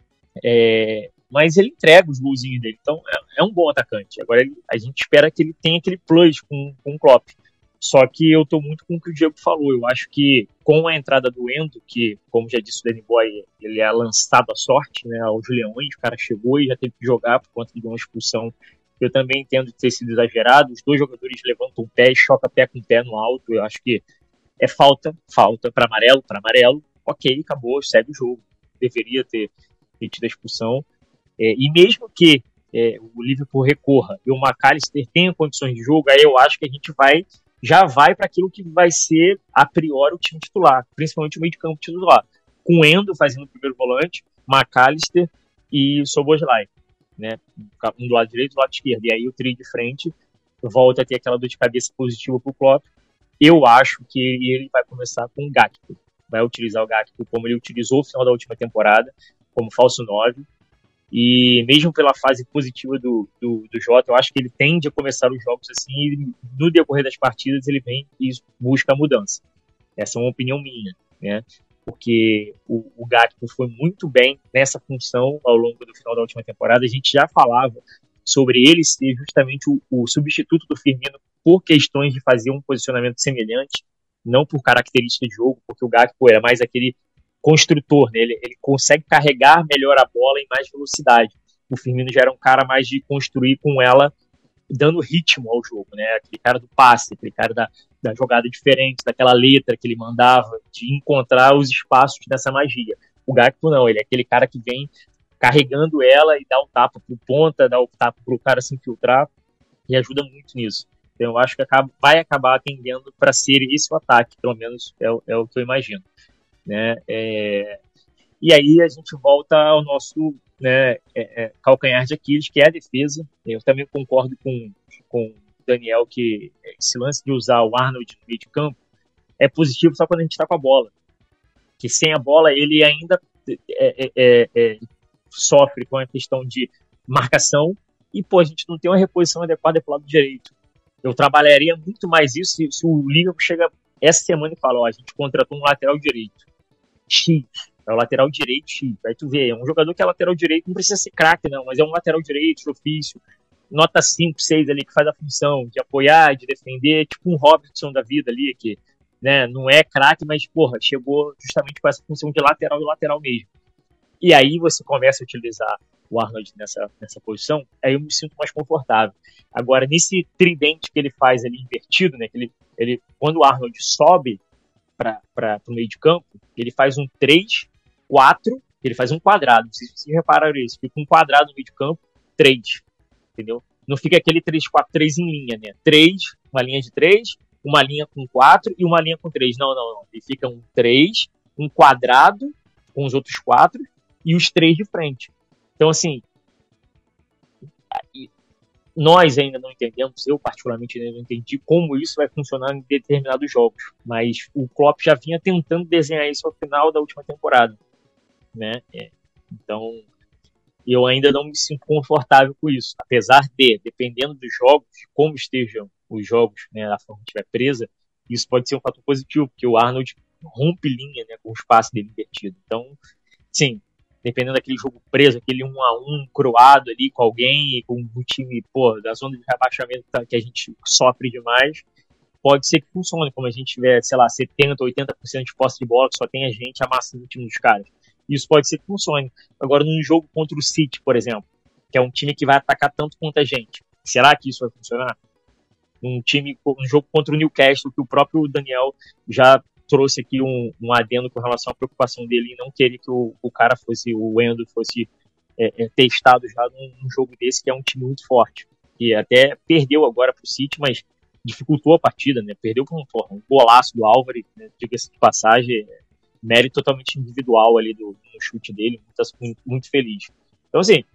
mas ele entrega os golzinhos dele, então é um bom atacante. Agora a gente espera que ele tenha aquele plus com o Klopp. Só que eu tô muito com o que o Diego falou. Eu acho que com a entrada do Endo, que, como já disse o Danny Boy, ele é lançado à sorte, né, aos leões, o cara chegou e já teve que jogar por conta de uma expulsão. Eu também entendo ter sido exagerado. Os dois jogadores levantam o pé e chocam pé com o pé no alto. Eu acho que é falta para amarelo. Ok, acabou, segue o jogo. Deveria ter tido a expulsão. E mesmo que o Liverpool recorra e o McAllister tenha condições de jogo, aí eu acho que a gente já vai para aquilo que vai ser, a priori, o time titular, principalmente o meio de campo titular, com o Endo fazendo o primeiro volante, McAllister e Szoboszlai, né? Um do lado direito e do lado esquerdo, e aí o trio de frente volta a ter aquela dor de cabeça positiva para o Klopp. Eu acho que ele vai começar com o Gakpo, vai utilizar o Gakpo como ele utilizou no final da última temporada, como falso 9, e mesmo pela fase positiva do Jota, eu acho que ele tende a começar os jogos assim, e no decorrer das partidas ele vem e busca a mudança. Essa é uma opinião minha, né? Porque o Gakpo foi muito bem nessa função ao longo do final da última temporada. A gente já falava sobre ele ser justamente o substituto do Firmino por questões de fazer um posicionamento semelhante, não por característica de jogo, porque o Gakpo é mais aquele construtor, né? Ele consegue carregar melhor a bola em mais velocidade. O Firmino já era um cara mais de construir com ela, dando ritmo ao jogo, né? Aquele cara do passe, aquele cara da jogada diferente, daquela letra que ele mandava, de encontrar os espaços dessa magia. O Gakpo não, ele é aquele cara que vem carregando ela e dá um tapa pro ponta, dá um tapa pro cara se infiltrar, e ajuda muito nisso. Então eu acho que vai acabar atendendo para ser esse o ataque, pelo menos é o que eu imagino, né? E aí a gente volta ao nosso, né, calcanhar de Aquiles, que é a defesa. Eu também concordo com o Daniel que esse lance de usar o Arnold no meio de campo é positivo só quando a gente está com a bola. Que sem a bola ele ainda sofre com a questão de marcação e, pô, a gente não tem uma reposição adequada pro lado direito. Eu trabalharia muito mais isso se o Liverpool chega essa semana e fala, ó, a gente contratou um lateral direito. X. É o lateral direito X. Aí tu vê, é um jogador que é lateral direito, não precisa ser craque não, mas é um lateral direito de ofício, nota 5, 6 ali, que faz a função de apoiar, de defender, tipo um Robertson da vida ali, que, né, não é craque, mas, porra, chegou justamente com essa função de lateral e lateral mesmo. E aí você começa a utilizar o Arnold nessa posição, aí eu me sinto mais confortável. Agora, nesse tridente que ele faz ali invertido, né, que ele quando o Arnold sobe para o meio de campo, ele faz um 3, 4, ele faz um quadrado. Não sei se vocês repararam isso. Fica um quadrado no meio de campo, 3. Entendeu? Não fica aquele 3, 4, 3 em linha, né? 3, uma linha de 3, uma linha com 4 e uma linha com 3. Não. Ele fica um 3, um quadrado com os outros 4 e os 3 de frente. Então, assim, nós ainda não entendemos, eu particularmente ainda não entendi como isso vai funcionar em determinados jogos, mas o Klopp já vinha tentando desenhar isso ao final da última temporada, né? Então, eu ainda não me sinto confortável com isso, apesar de, dependendo dos jogos, de como estejam os jogos, né, a forma que estiver presa, isso pode ser um fator positivo, porque o Arnold rompe linha, né, com o espaço dele invertido. Então, sim, dependendo daquele jogo preso, aquele 1-1 croado ali com alguém, com um time, pô, da zona de rebaixamento que a gente sofre demais, pode ser que funcione, como a gente tiver, sei lá, 70%, 80% de posse de bola, que só tem a gente amassando o time dos caras. Isso pode ser que funcione. Agora, num jogo contra o City, por exemplo, que é um time que vai atacar tanto quanto a gente, será que isso vai funcionar? Um jogo contra o Newcastle, que o próprio Daniel já trouxe aqui um adendo com relação à preocupação dele em não querer que o cara fosse, o Endo fosse testado já num jogo desse, que é um time muito forte, que até perdeu agora pro City, mas dificultou a partida, né? Perdeu com um golaço do Álvares, né? Diga-se de passagem, mérito totalmente individual ali no chute dele, muito feliz. Então, assim,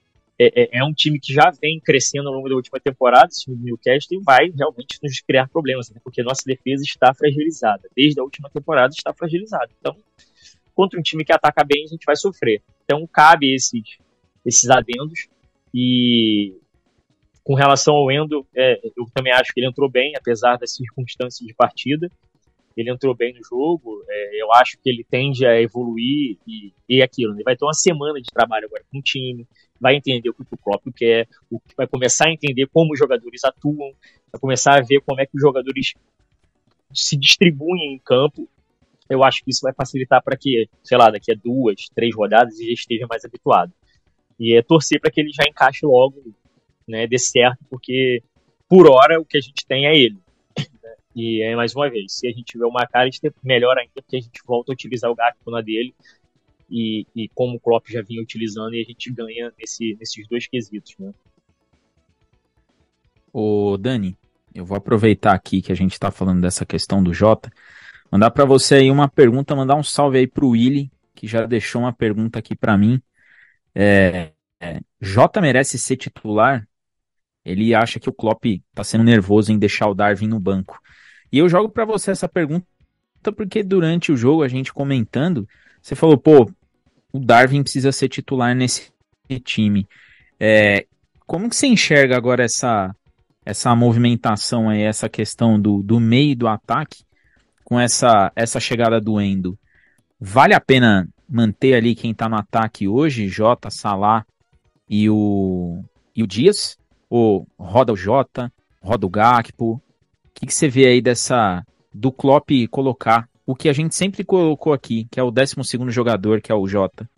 é um time que já vem crescendo ao longo da última temporada, esse time do Newcastle, e vai realmente nos criar problemas, né? Porque nossa defesa está fragilizada. Desde a última temporada está fragilizada. Então, contra um time que ataca bem, a gente vai sofrer. Então, cabe esses adendos. E com relação ao Endo, eu também acho que ele entrou bem, apesar das circunstâncias de partida. Ele entrou bem no jogo, eu acho que ele tende a evoluir e aquilo. Ele vai ter uma semana de trabalho agora com o time, vai entender o que o Klopp quer, vai começar a entender como os jogadores atuam, vai começar a ver como é que os jogadores se distribuem em campo. Eu acho que isso vai facilitar para que, sei lá, daqui a 2, 3 rodadas ele já esteja mais habituado. E torcer para que ele já encaixe logo, né, dê certo, porque por hora o que a gente tem é ele. E mais uma vez, se a gente tiver uma cara, melhor ainda, porque a gente volta a utilizar o Gakpo na dele, e como o Klopp já vinha utilizando, e a gente ganha nesses dois quesitos, né? Ô Dani, eu vou aproveitar aqui que a gente tá falando dessa questão do Jota, mandar para você aí uma pergunta, mandar um salve aí pro Willy, que já deixou uma pergunta aqui para mim. Jota merece ser titular? Ele acha que o Klopp tá sendo nervoso em deixar o Darwin no banco. E eu jogo para você essa pergunta porque durante o jogo, a gente comentando, você falou, pô, o Darwin precisa ser titular nesse time. Como que você enxerga agora essa movimentação aí, essa questão do meio do ataque com essa chegada do Endo? Vale a pena manter ali quem tá no ataque hoje, Jota, Salah e o Dias? Ou roda o Jota, roda o Gakpo? O que você vê aí do Klopp colocar o que a gente sempre colocou aqui, que é o 12º jogador, que é o Jota?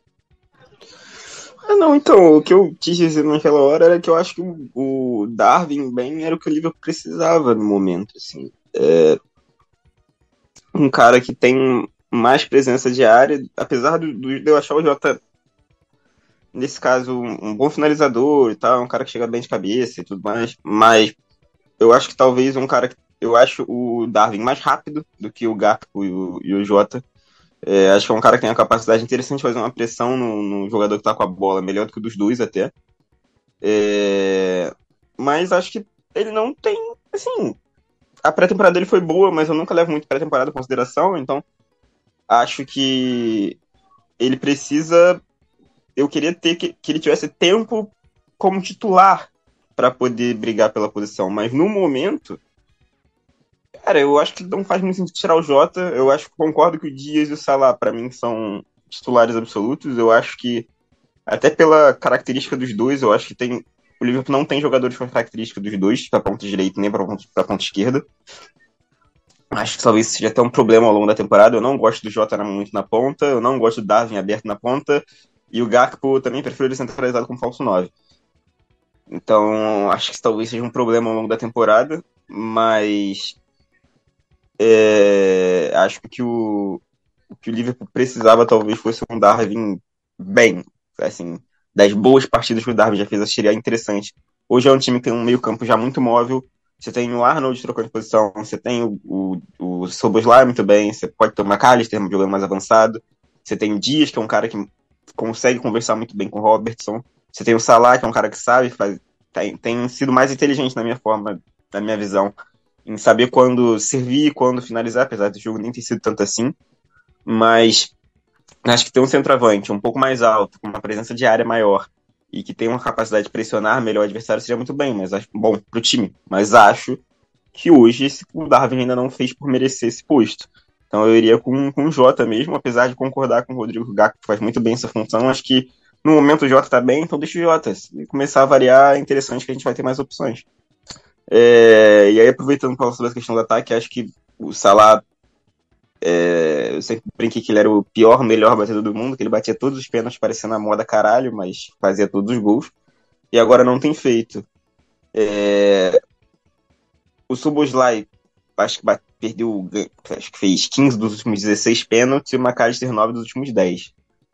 Não, então, o que eu quis dizer naquela hora era que eu acho que o Darwin bem era o que o Liverpool precisava no momento, assim. Um cara que tem mais presença de área, apesar de eu achar o Jota, nesse caso, um bom finalizador e tal, um cara que chega bem de cabeça e tudo mais, mas eu acho que talvez eu acho o Darwin mais rápido do que o Gakpo e o Jota. Acho que é um cara que tem uma capacidade interessante de fazer uma pressão no jogador que tá com a bola, melhor do que o dos dois até. Mas acho que ele não tem, assim, a pré-temporada dele foi boa, mas eu nunca levo muito pré-temporada em consideração, então acho que ele precisa. Eu queria que ele tivesse tempo como titular para poder brigar pela posição, mas no momento, cara, eu acho que não faz muito sentido tirar o Jota. Eu acho que concordo que o Dias e o Salah, para mim, são titulares absolutos. Eu acho que, até pela característica dos dois, eu acho que o Liverpool não tem jogadores com a característica dos dois, pra ponta direita nem pra ponta esquerda. Acho que talvez seja até um problema ao longo da temporada. Eu não gosto do Jota muito na ponta, eu não gosto do Darwin aberto na ponta, e o Gakpo também prefiro ele centralizado como falso 9. Então, acho que talvez seja um problema ao longo da temporada, mas acho que o que o Liverpool precisava talvez fosse um Darwin bem, assim, das boas partidas que o Darwin já fez, acho que seria interessante. Hoje é um time que tem um meio campo já muito móvel, você tem o Arnold trocando de posição, você tem o Szoboszlai muito bem, você pode ter o McAllister jogando mais avançado, você tem o Dias, que é um cara que consegue conversar muito bem com o Robertson, você tem o Salah, que é um cara que sabe, tem sido mais inteligente na minha visão, em saber quando servir e quando finalizar, apesar do jogo nem ter sido tanto assim, mas acho que ter um centroavante um pouco mais alto, com uma presença de área maior e que tem uma capacidade de pressionar melhor o adversário seria muito bem, mas acho bom pro time. Mas acho que hoje o Darwin ainda não fez por merecer esse posto. Então eu iria com o Jota mesmo, apesar de concordar com o Rodrigo Gago, que faz muito bem essa função. Acho que no momento o Jota tá bem, então deixa o Jota. Se começar a variar, é interessante que a gente vai ter mais opções. E aí, aproveitando para falar sobre a questão do ataque, acho que o Salah, eu sempre brinquei que ele era o pior, melhor batedor do mundo, que ele batia todos os pênaltis parecendo a moda caralho, mas fazia todos os gols. E agora não tem feito. O Szoboszlai, acho que fez 15 dos últimos 16 pênaltis e o McAllister 9 dos últimos 10.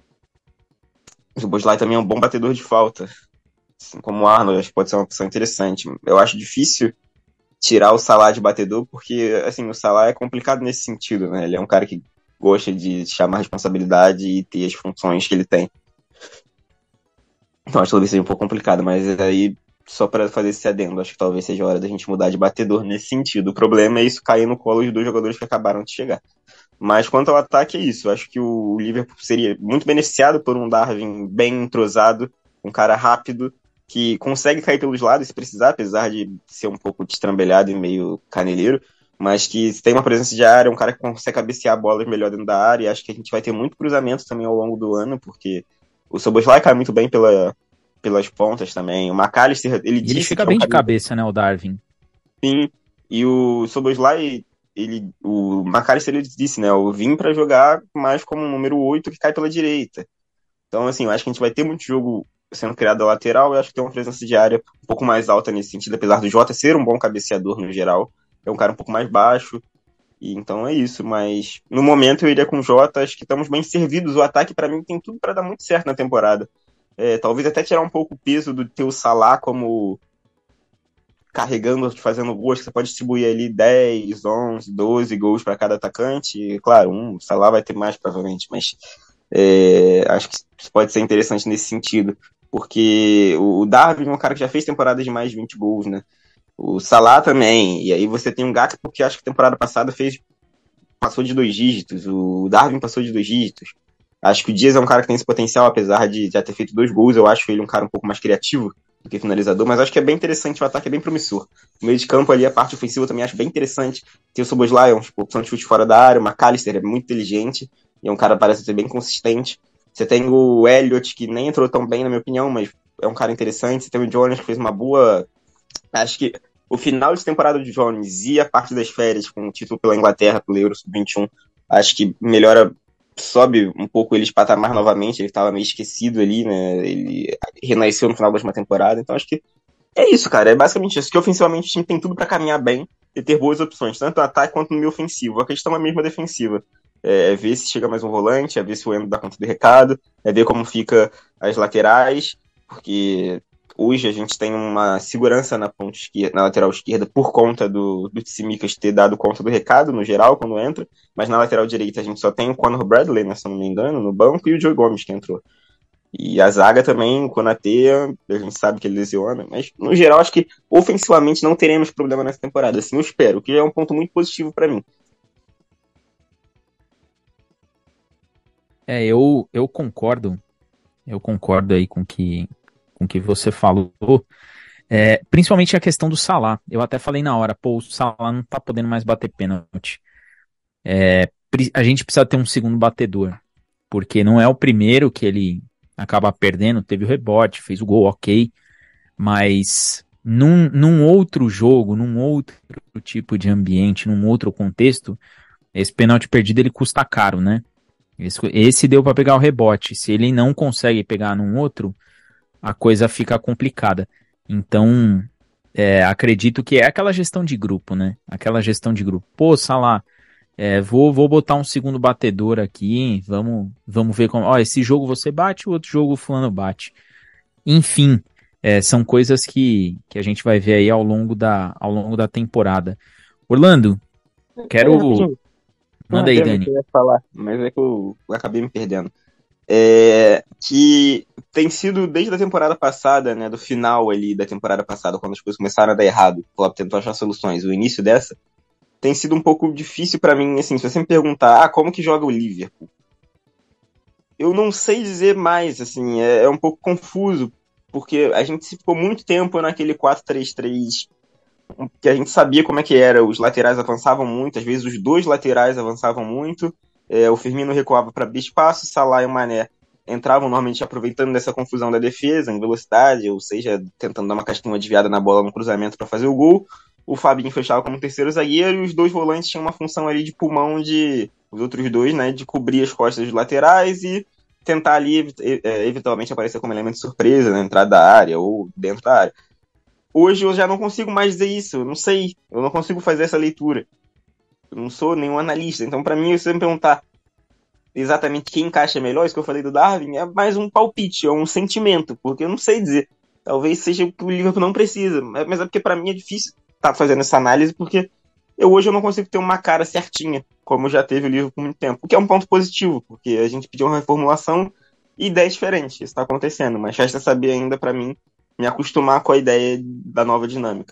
O Szoboszlai também é um bom batedor de falta. Assim como o Arnold, acho que pode ser uma opção interessante. Eu acho difícil tirar o Salah de batedor, porque assim, o Salah é complicado nesse sentido, né? Ele é um cara que gosta de chamar responsabilidade e ter as funções que ele tem. Então acho que talvez seja um pouco complicado, mas aí, só para fazer esse adendo, acho que talvez seja a hora da gente mudar de batedor nesse sentido. O problema é isso cair no colo dos dois jogadores que acabaram de chegar. Mas quanto ao ataque, é isso. Eu acho que o Liverpool seria muito beneficiado por um Darwin bem entrosado, um cara rápido, que consegue cair pelos lados se precisar, apesar de ser um pouco destrambelhado e meio caneleiro, mas que tem uma presença de área, um cara que consegue cabecear bolas melhor dentro da área, e acho que a gente vai ter muito cruzamento também ao longo do ano, porque o Szoboszlai cai muito bem pelas pontas também. O McAllister, ele fica bem de cabeça, né, o Darwin. Sim, e o Szoboszlai, o McAllister, ele disse, né, eu vim pra jogar mais como um número 8 que cai pela direita. Então, assim, eu acho que a gente vai ter muito jogo sendo criado a lateral, eu acho que tem uma presença de área um pouco mais alta nesse sentido, apesar do Jota ser um bom cabeceador no geral, é um cara um pouco mais baixo, e então é isso, mas no momento eu iria com o Jota, acho que estamos bem servidos, o ataque para mim tem tudo para dar muito certo na temporada, talvez até tirar um pouco o peso do teu Salah como carregando, fazendo gols, que você pode distribuir ali 10, 11, 12 gols para cada atacante, e, claro, o Salah vai ter mais provavelmente, mas acho que isso pode ser interessante nesse sentido, porque o Darwin é um cara que já fez temporada de mais de 20 gols, né? O Salah também, e aí você tem um Gakpo que acho que temporada passada passou de 2 dígitos, o Darwin passou de 2 dígitos. Acho que o Dias é um cara que tem esse potencial, apesar de já ter feito 2 gols, eu acho ele um cara um pouco mais criativo do que finalizador, mas acho que é bem interessante, o ataque é bem promissor. O meio de campo ali, a parte ofensiva eu também acho bem interessante. Tem o Szoboszlai, uma opção de chute fora da área, o McAllister é muito inteligente, e é um cara que parece ser bem consistente. Você tem o Elliott, que nem entrou tão bem, na minha opinião, mas é um cara interessante. Você tem o Jones, que fez uma boa... Acho que o final de temporada do Jones e a parte das férias, com o título pela Inglaterra, pelo Euro Sub-21, acho que sobe um pouco ele de patamar novamente. Ele estava meio esquecido ali, né? Ele renasceu no final da última temporada. Então acho que é isso, cara. É basicamente isso. Que ofensivamente o time tem tudo para caminhar bem e ter boas opções, tanto no ataque quanto no meio ofensivo. A questão é mesmo a defensiva. é ver se chega mais um volante, é ver se o Endo dá conta do recado, é ver como fica as laterais, porque hoje a gente tem uma segurança na ponta esquerda, na lateral esquerda, por conta do Tsimikas ter dado conta do recado, no geral, quando entra, mas na lateral direita a gente só tem o Conor Bradley, né, se eu não me engano, no banco, e o Joe Gomes que entrou. E a zaga também, o Konaté, a gente sabe que ele lesiona, mas no geral acho que ofensivamente não teremos problema nessa temporada, assim eu espero, que é um ponto muito positivo para mim. Eu concordo aí com que você falou, principalmente a questão do Salah. Eu até falei na hora, pô, o Salah não tá podendo mais bater pênalti. A gente precisa ter um segundo batedor, porque não é o primeiro que ele acaba perdendo, teve o rebote, fez o gol, ok, mas num outro jogo, num outro tipo de ambiente, num outro contexto, esse pênalti perdido ele custa caro, né? Esse deu para pegar o rebote. Se ele não consegue pegar num outro, a coisa fica complicada. Então, acredito que é aquela gestão de grupo, né? Aquela gestão de grupo. Pô, Salah, vou botar um segundo batedor aqui, vamos ver como. Ó, esse jogo você bate, o outro jogo o fulano bate. Enfim, são coisas que a gente vai ver aí ao longo da temporada. Orlando, quero. Manda aí, Dani. Que eu ia falar, mas é que eu acabei me perdendo. Que tem sido desde a temporada passada, né, do final ali da temporada passada, quando as coisas começaram a dar errado, o Klopp tentou achar soluções, o início dessa, tem sido um pouco difícil pra mim, assim, se você me perguntar, como que joga o Liverpool? Eu não sei dizer mais, assim, é um pouco confuso, porque a gente ficou muito tempo naquele 4-3-3, que a gente sabia como é que era, os laterais avançavam muito, às vezes os dois laterais avançavam muito, o Firmino recuava para abrir espaço, Salah e o Mané entravam normalmente aproveitando dessa confusão da defesa, em velocidade, ou seja, tentando dar uma casquinha desviada na bola no cruzamento para fazer o gol, o Fabinho fechava como terceiro zagueiro, e os dois volantes tinham uma função ali de pulmão os outros dois, né, de cobrir as costas dos laterais e tentar ali, eventualmente, aparecer como elemento de surpresa na entrada da área ou dentro da área. Hoje eu já não consigo mais dizer isso, eu não sei, eu não consigo fazer essa leitura. Eu não sou nenhum analista, então para mim, se você me perguntar exatamente quem encaixa melhor, isso que eu falei do Darwin, é mais um palpite, é um sentimento, porque eu não sei dizer. Talvez seja o que o Liverpool não precisa, mas é porque para mim é difícil estar fazendo essa análise, porque hoje eu não consigo ter uma cara certinha, como já teve o Liverpool por muito tempo, o que é um ponto positivo, porque a gente pediu uma reformulação e ideias diferentes, isso está acontecendo, mas resta saber ainda para mim me acostumar com a ideia da nova dinâmica.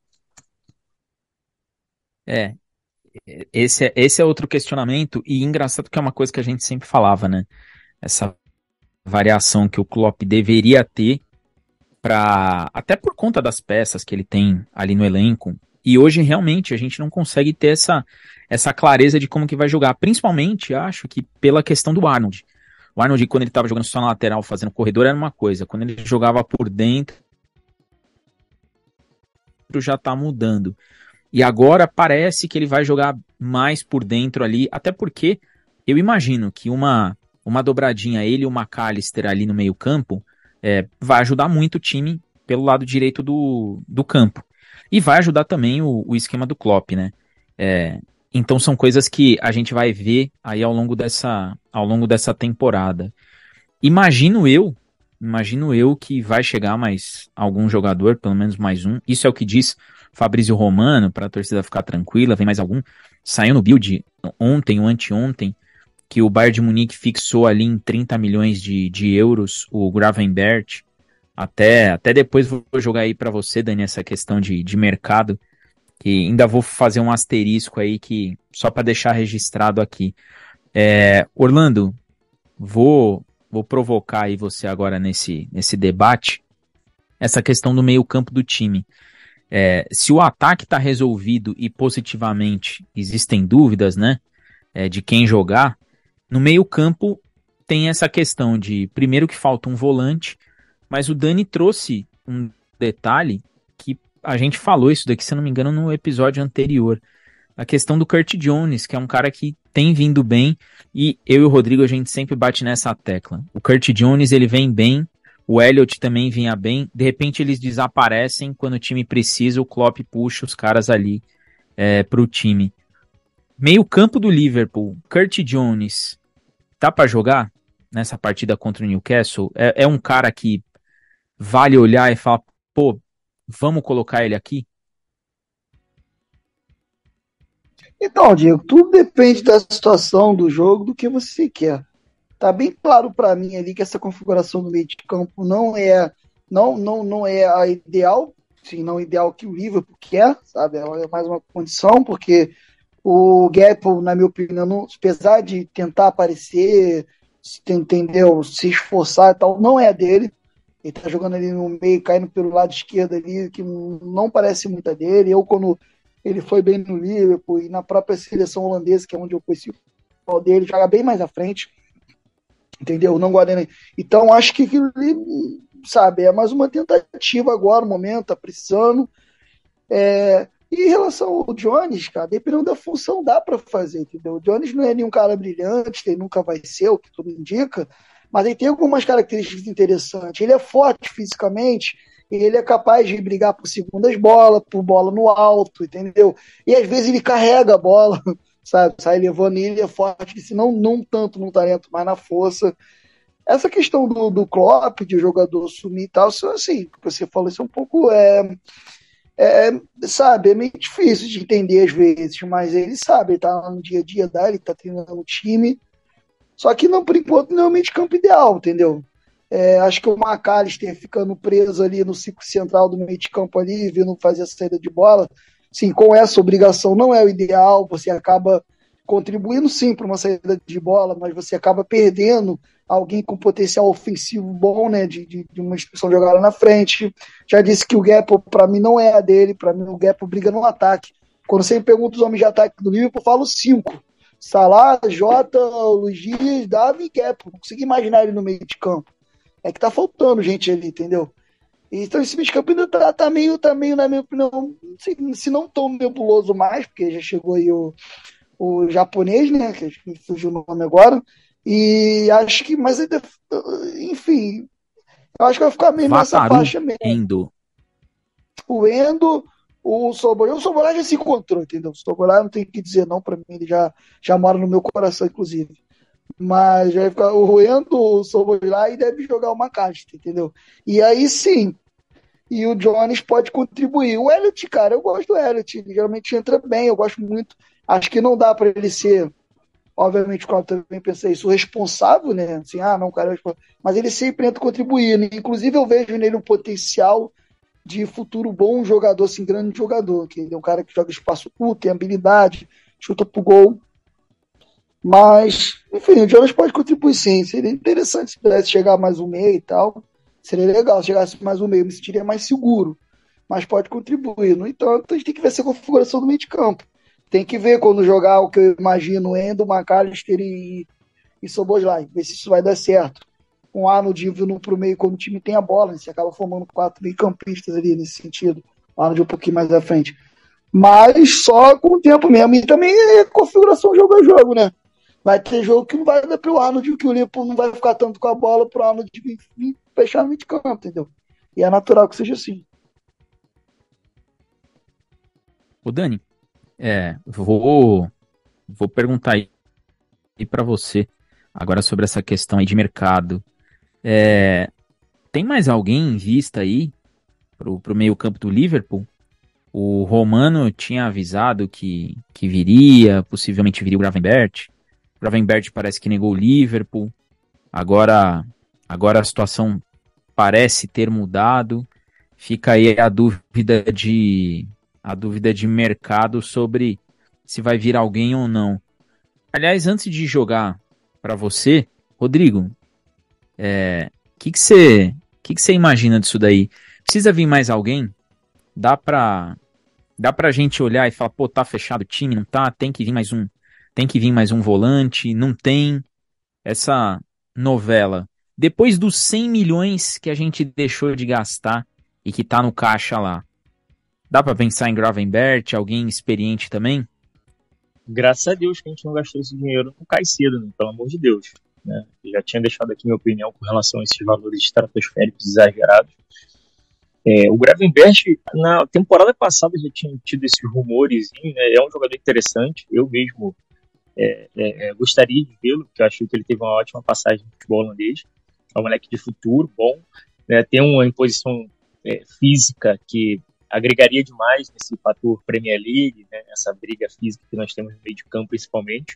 Esse é outro questionamento, e engraçado que é uma coisa que a gente sempre falava, né? Essa variação que o Klopp deveria ter, até por conta das peças que ele tem ali no elenco, e hoje realmente a gente não consegue ter essa clareza de como que vai jogar, principalmente, acho que pela questão do Arnold. O Arnold, quando ele estava jogando só na lateral, fazendo corredor, era uma coisa. Quando ele jogava por dentro, já tá mudando. E agora parece que ele vai jogar mais por dentro ali, até porque eu imagino que uma dobradinha, ele e o McAllister ali no meio campo, vai ajudar muito o time pelo lado direito do campo. E vai ajudar também o esquema do Klopp, né? Então são coisas que a gente vai ver aí ao longo dessa temporada. Imagino eu que vai chegar mais algum jogador, pelo menos mais um. Isso é o que diz Fabrício Romano, para a torcida ficar tranquila, vem mais algum. Saiu no build ontem ou anteontem, que o Bayern de Munique fixou ali em 30 milhões de euros o Gravenberch. Até depois vou jogar aí para você, Dani, essa questão de mercado, que ainda vou fazer um asterisco aí, que só para deixar registrado aqui. Orlando, vou provocar aí você agora nesse debate, essa questão do meio campo do time. Se o ataque está resolvido e positivamente existem dúvidas, né, de quem jogar, no meio campo tem essa questão de, primeiro, que falta um volante, mas o Dani trouxe um detalhe que a gente falou isso daqui, se eu não me engano, no episódio anterior. A questão do Curtis Jones, que é um cara que tem vindo bem, e eu e o Rodrigo, a gente sempre bate nessa tecla. O Curtis Jones, ele vem bem, o Elliott também vinha bem, de repente eles desaparecem, quando o time precisa, o Klopp puxa os caras ali pro time. Meio campo do Liverpool, Curtis Jones, tá pra jogar nessa partida contra o Newcastle? É um cara que vale olhar e falar, pô, vamos colocar ele aqui? Então, Diego, tudo depende da situação do jogo, do que você quer. Tá bem claro para mim ali que essa configuração do meio de campo não é a ideal, sim, não ideal que o Liverpool quer, sabe? É mais uma condição, porque o Gakpo, na minha opinião, apesar de tentar aparecer, entendeu, se esforçar e tal, não é a dele. Ele tá jogando ali no meio, caindo pelo lado esquerdo ali, que não parece muito a dele. Eu, quando ele foi bem no Liverpool e na própria seleção holandesa, que é onde eu conheci o futebol dele, joga bem mais à frente, entendeu? Não gosto dele. Então, acho que ele, sabe, é mais uma tentativa agora, no momento, tá precisando. E em relação ao Jones, cara, dependendo da função, dá para fazer, entendeu? O Jones não é nenhum cara brilhante, ele nunca vai ser, o que tudo indica, mas ele tem algumas características interessantes. Ele é forte fisicamente, ele é capaz de brigar por segundas bolas, por bola no alto, entendeu? E às vezes ele carrega a bola, sabe? Sai levando, e ele é forte, se não tanto no talento, mas na força. Essa questão do Klopp, de o jogador sumir e tal, isso, assim, que você falou, isso é um pouco. Sabe, é meio difícil de entender às vezes, mas ele sabe, ele tá no dia a dia dele, ele tá treinando o time, só que não, por enquanto não é o meio de campo ideal, entendeu? Acho que o McAllister ficando preso ali no ciclo central do meio de campo ali, vindo fazer a saída de bola, sim, com essa obrigação não é o ideal, você acaba contribuindo sim para uma saída de bola, mas você acaba perdendo alguém com potencial ofensivo bom, né, de uma instituição jogada na frente. Já disse que o Gakpo, para mim, não é a dele, para mim o Gakpo briga no ataque. Quando você me pergunta os homens de ataque do Liverpool, eu falo 5. Salah, Jota, Luiz Dias, Davi e Gakpo. Não consigo imaginar ele no meio de campo. É que tá faltando gente ali, entendeu? Então esse meio de campo ainda tá meio, na minha opinião, se não tão nebuloso mais, porque já chegou aí o japonês, né, que me fugiu o nome agora, e acho que, mas ainda, enfim, eu acho que vai ficar mesmo nessa Wataru faixa mesmo. Endo. O Endo, o Soboslai já se encontrou, entendeu? O Soboslai não tem o que dizer não, para mim ele já mora no meu coração, inclusive. Mas vai ficar o Endo, o Soboslai deve jogar uma caixa, entendeu? E aí sim, e o Jones pode contribuir. O Elliot, cara, eu gosto do Elliot, ele geralmente entra bem, eu gosto muito. Acho que não dá para ele ser, obviamente, como eu também pensei isso, responsável, né? Assim, não, cara, mas ele sempre entra contribuindo. Inclusive, eu vejo nele um potencial de futuro bom jogador, assim, grande jogador, que ele é um cara que joga espaço curto, tem habilidade, chuta pro gol. Mas, enfim, o Jones pode contribuir sim. Seria interessante se pudesse chegar mais um meio e tal. Seria legal se chegasse mais um meio, me sentiria mais seguro. Mas pode contribuir. No entanto, a gente tem que ver essa configuração do meio de campo. Tem que ver quando jogar o que eu imagino, Endo, McAllister e Szoboszlai, ver se isso vai dar certo. Com o Arnold vindo pro meio quando o time tem a bola, né? Você acaba formando 4 meio-campistas ali nesse sentido. O Arnold um pouquinho mais à frente. Mas só com o tempo mesmo. E também é configuração jogo a jogo, né? Vai ter jogo que não vai dar pro Arnold, que o Liverpool não vai ficar tanto com a bola pro Arnold vir fechar no meio de campo, entendeu? E é natural que seja assim. Ô Dani, vou perguntar aí para você agora sobre essa questão aí de mercado. Tem mais alguém em vista aí pro meio campo do Liverpool? O Romano tinha avisado que viria, possivelmente viria o Gravenberch. O Gravenberch parece que negou o Liverpool. Agora a situação parece ter mudado. Fica aí a dúvida de mercado sobre se vai vir alguém ou não. Aliás, antes de jogar para você, Rodrigo, que você imagina disso daí? Precisa vir mais alguém? Dá pra gente olhar e falar, pô, tá fechado o time, não tá? Tem que vir mais um volante, não tem. Essa novela, depois dos 100 milhões que a gente deixou de gastar e que tá no caixa lá, dá pra pensar em Gravenberch, alguém experiente também? Graças a Deus que a gente não gastou esse dinheiro no Caicedo, né? Pelo amor de Deus. Né? Já tinha deixado aqui minha opinião com relação a esses valores estratosféricos exagerados. O Gravenberch, na temporada passada, já tinha tido esses rumores, né? É um jogador interessante, eu mesmo gostaria de vê-lo, porque eu acho que ele teve uma ótima passagem no futebol holandês. É um moleque de futuro, bom, né? Tem uma imposição física que agregaria demais nesse fator Premier League, né? Essa briga física que nós temos no meio de campo, principalmente.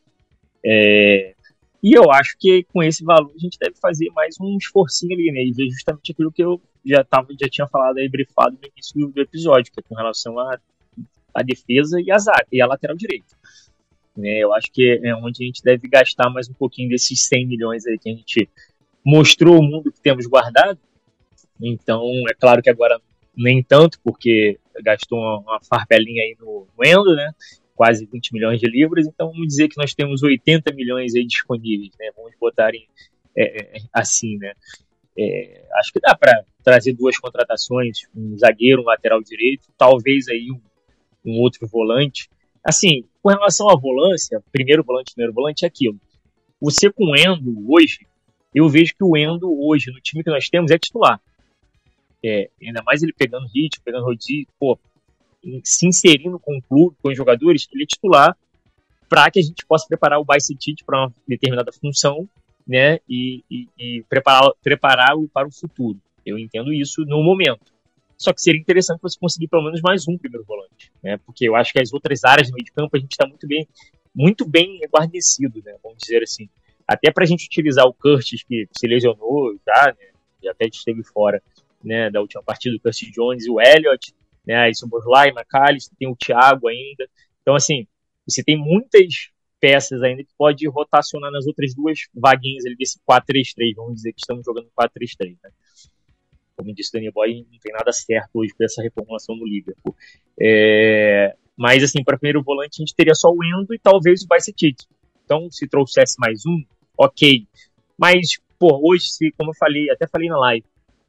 E eu acho que com esse valor a gente deve fazer mais um esforcinho ali, né? E ver justamente aquilo que eu já tinha falado aí, brifado no início do episódio, que é com relação à defesa e a lateral direita. Né? Eu acho que é onde a gente deve gastar mais um pouquinho desses 100 milhões aí que a gente mostrou ao mundo que temos guardado. Então, é claro que agora nem tanto, porque gastou uma farpelinha aí no Endo, né? Quase 20 milhões de libras, então vamos dizer que nós temos 80 milhões aí disponíveis, né? Vamos botar assim, né? Acho que dá para trazer duas contratações, um zagueiro, um lateral direito, talvez aí um outro volante. Assim, com relação à volância, primeiro volante, é aquilo. Você com o Endo hoje, eu vejo que o Endo hoje, no time que nós temos, é titular. Ainda mais ele pegando ritmo, pegando rodízio, se inserindo com o clube, com os jogadores, ele é titular para que a gente possa preparar o Bajcetic para uma determinada função, né, e prepará-lo para o futuro. Eu entendo isso no momento. Só que seria interessante você conseguir pelo menos mais um primeiro volante, né, porque eu acho que as outras áreas do meio de campo a gente está muito bem guarnecido, né, vamos dizer assim. Até para a gente utilizar o Curtis, que se lesionou já, né, e até esteve fora, né, da última partida, do Curtis Jones e o Elliott, né, aí são Boslai, McAllister, tem o Thiago ainda. Então, assim, você tem muitas peças ainda que pode rotacionar nas outras duas vaguinhas ali desse 4-3-3. Vamos dizer que estamos jogando 4-3-3, né? Como disse o Danny Boy, não tem nada certo hoje com essa reformulação no Liverpool. Mas, assim, para primeiro volante, a gente teria só o Endo e talvez o Bajcetic. Então, se trouxesse mais um, ok. Mas, hoje, como eu falei, até falei na live,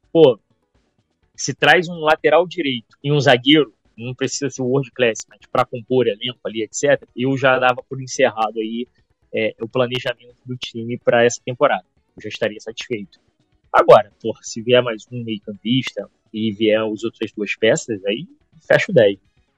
se traz um lateral direito e um zagueiro, não precisa ser o world class, mas para compor elenco ali, etc., eu já dava por encerrado aí o planejamento do time para essa temporada. Eu já estaria satisfeito. Agora, se vier mais um meio-campista e vier as outras duas peças, aí fecha o 10.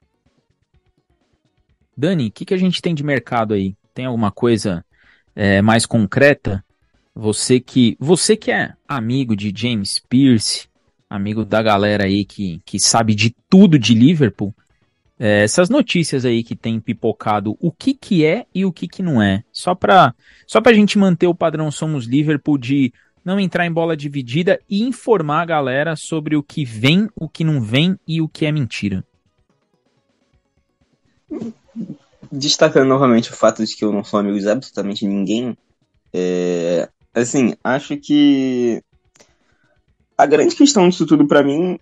Dani, o que a gente tem de mercado aí? Tem alguma coisa mais concreta? Você que é amigo de James Pearce, amigo da galera aí que sabe de tudo de Liverpool, essas notícias aí que tem pipocado, o que é e o que não é. Só pra gente manter o padrão Somos Liverpool de não entrar em bola dividida e informar a galera sobre o que vem, o que não vem e o que é mentira. Destacando novamente o fato de que eu não sou amigo de absolutamente ninguém, assim, acho que a grande questão disso tudo pra mim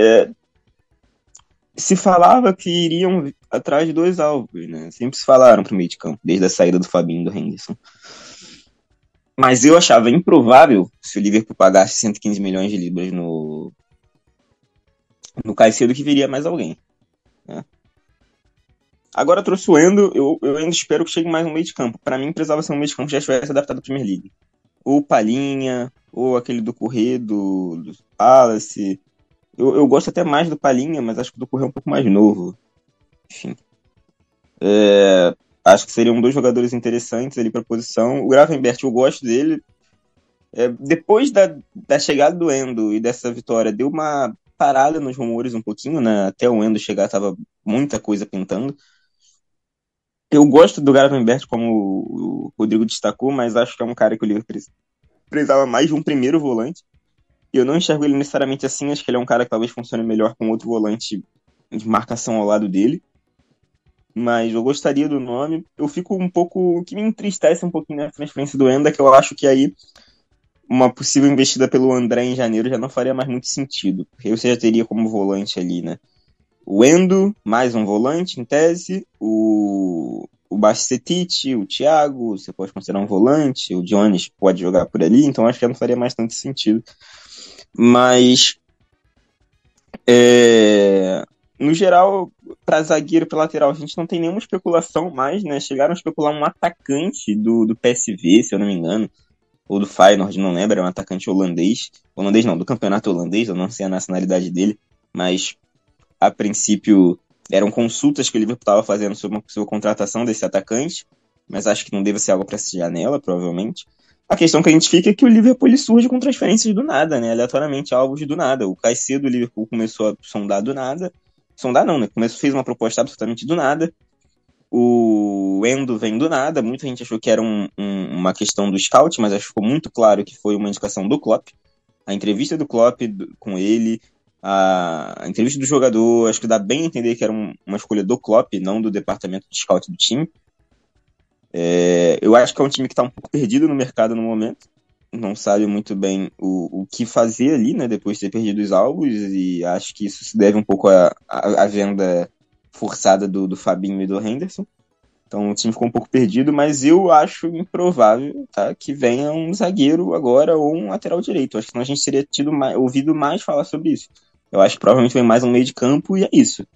se falava que iriam atrás de dois alvos, né? Sempre se falaram pro meio de campo, desde a saída do Fabinho e do Henderson. Mas eu achava improvável se o Liverpool pagasse 115 milhões de libras no Caicedo que viria mais alguém, né? Agora trouxe o Endo, eu ainda espero que chegue mais um meio de campo. Pra mim precisava ser um meio de campo que já estivesse adaptado à Premier League. Ou Palhinha, ou aquele do Corrêa, do Palace. Eu gosto até mais do Palhinha, mas acho que o do Corrêa é um pouco mais novo. Enfim. Acho que seriam dois jogadores interessantes ali para a posição. O Gravenberch, eu gosto dele. Depois da chegada do Endo e dessa vitória, deu uma parada nos rumores um pouquinho, né? Até o Endo chegar, tava muita coisa pintando. Eu gosto do Gravenberch, como o Rodrigo destacou, mas acho que é um cara que o Liverpool precisava mais de um primeiro volante. Eu não enxergo ele necessariamente assim, acho que ele é um cara que talvez funcione melhor com outro volante de marcação ao lado dele. Mas eu gostaria do nome. Eu fico um pouco... O que me entristece um pouquinho na transferência do Endo é que eu acho que aí uma possível investida pelo André em janeiro já não faria mais muito sentido. Porque você já teria como volante ali, né? O Endo, mais um volante, em tese. O Bajcetic, o Thiago, você pode considerar um volante. O Jones pode jogar por ali. Então acho que já não faria mais tanto sentido. Mas... no geral, para zagueiro e para lateral, a gente não tem nenhuma especulação mais, né? Chegaram a especular um atacante do PSV, se eu não me engano. ou do Feyenoord, não lembro, era um atacante holandês não, do campeonato holandês, eu não sei a nacionalidade dele, mas a princípio eram consultas que o Liverpool estava fazendo sobre uma possível contratação desse atacante, mas acho que não deve ser algo para essa janela, provavelmente. A questão que a gente fica é que o Liverpool ele surge com transferências do nada, né? Aleatoriamente, alvos do nada. O Caicedo, o Liverpool começou a sondar do nada. Sondar não, né? Fez uma proposta absolutamente do nada. O Endo vem do nada. Muita gente achou que era uma questão do scout, mas acho que ficou muito claro que foi uma indicação do Klopp. A entrevista do Klopp com ele, a entrevista do jogador, acho que dá bem a entender que era uma escolha do Klopp, não do departamento de scout do time. Eu acho que é um time que está um pouco perdido no mercado no momento, não sabe muito bem o que fazer ali, né, depois de ter perdido os alvos, e acho que isso se deve um pouco à venda forçada do Fabinho e do Henderson. Então o time ficou um pouco perdido, mas eu acho improvável, tá, que venha um zagueiro agora ou um lateral direito. Acho que senão a gente teria ouvido mais falar sobre isso. Eu acho que provavelmente vem mais um meio de campo e é isso.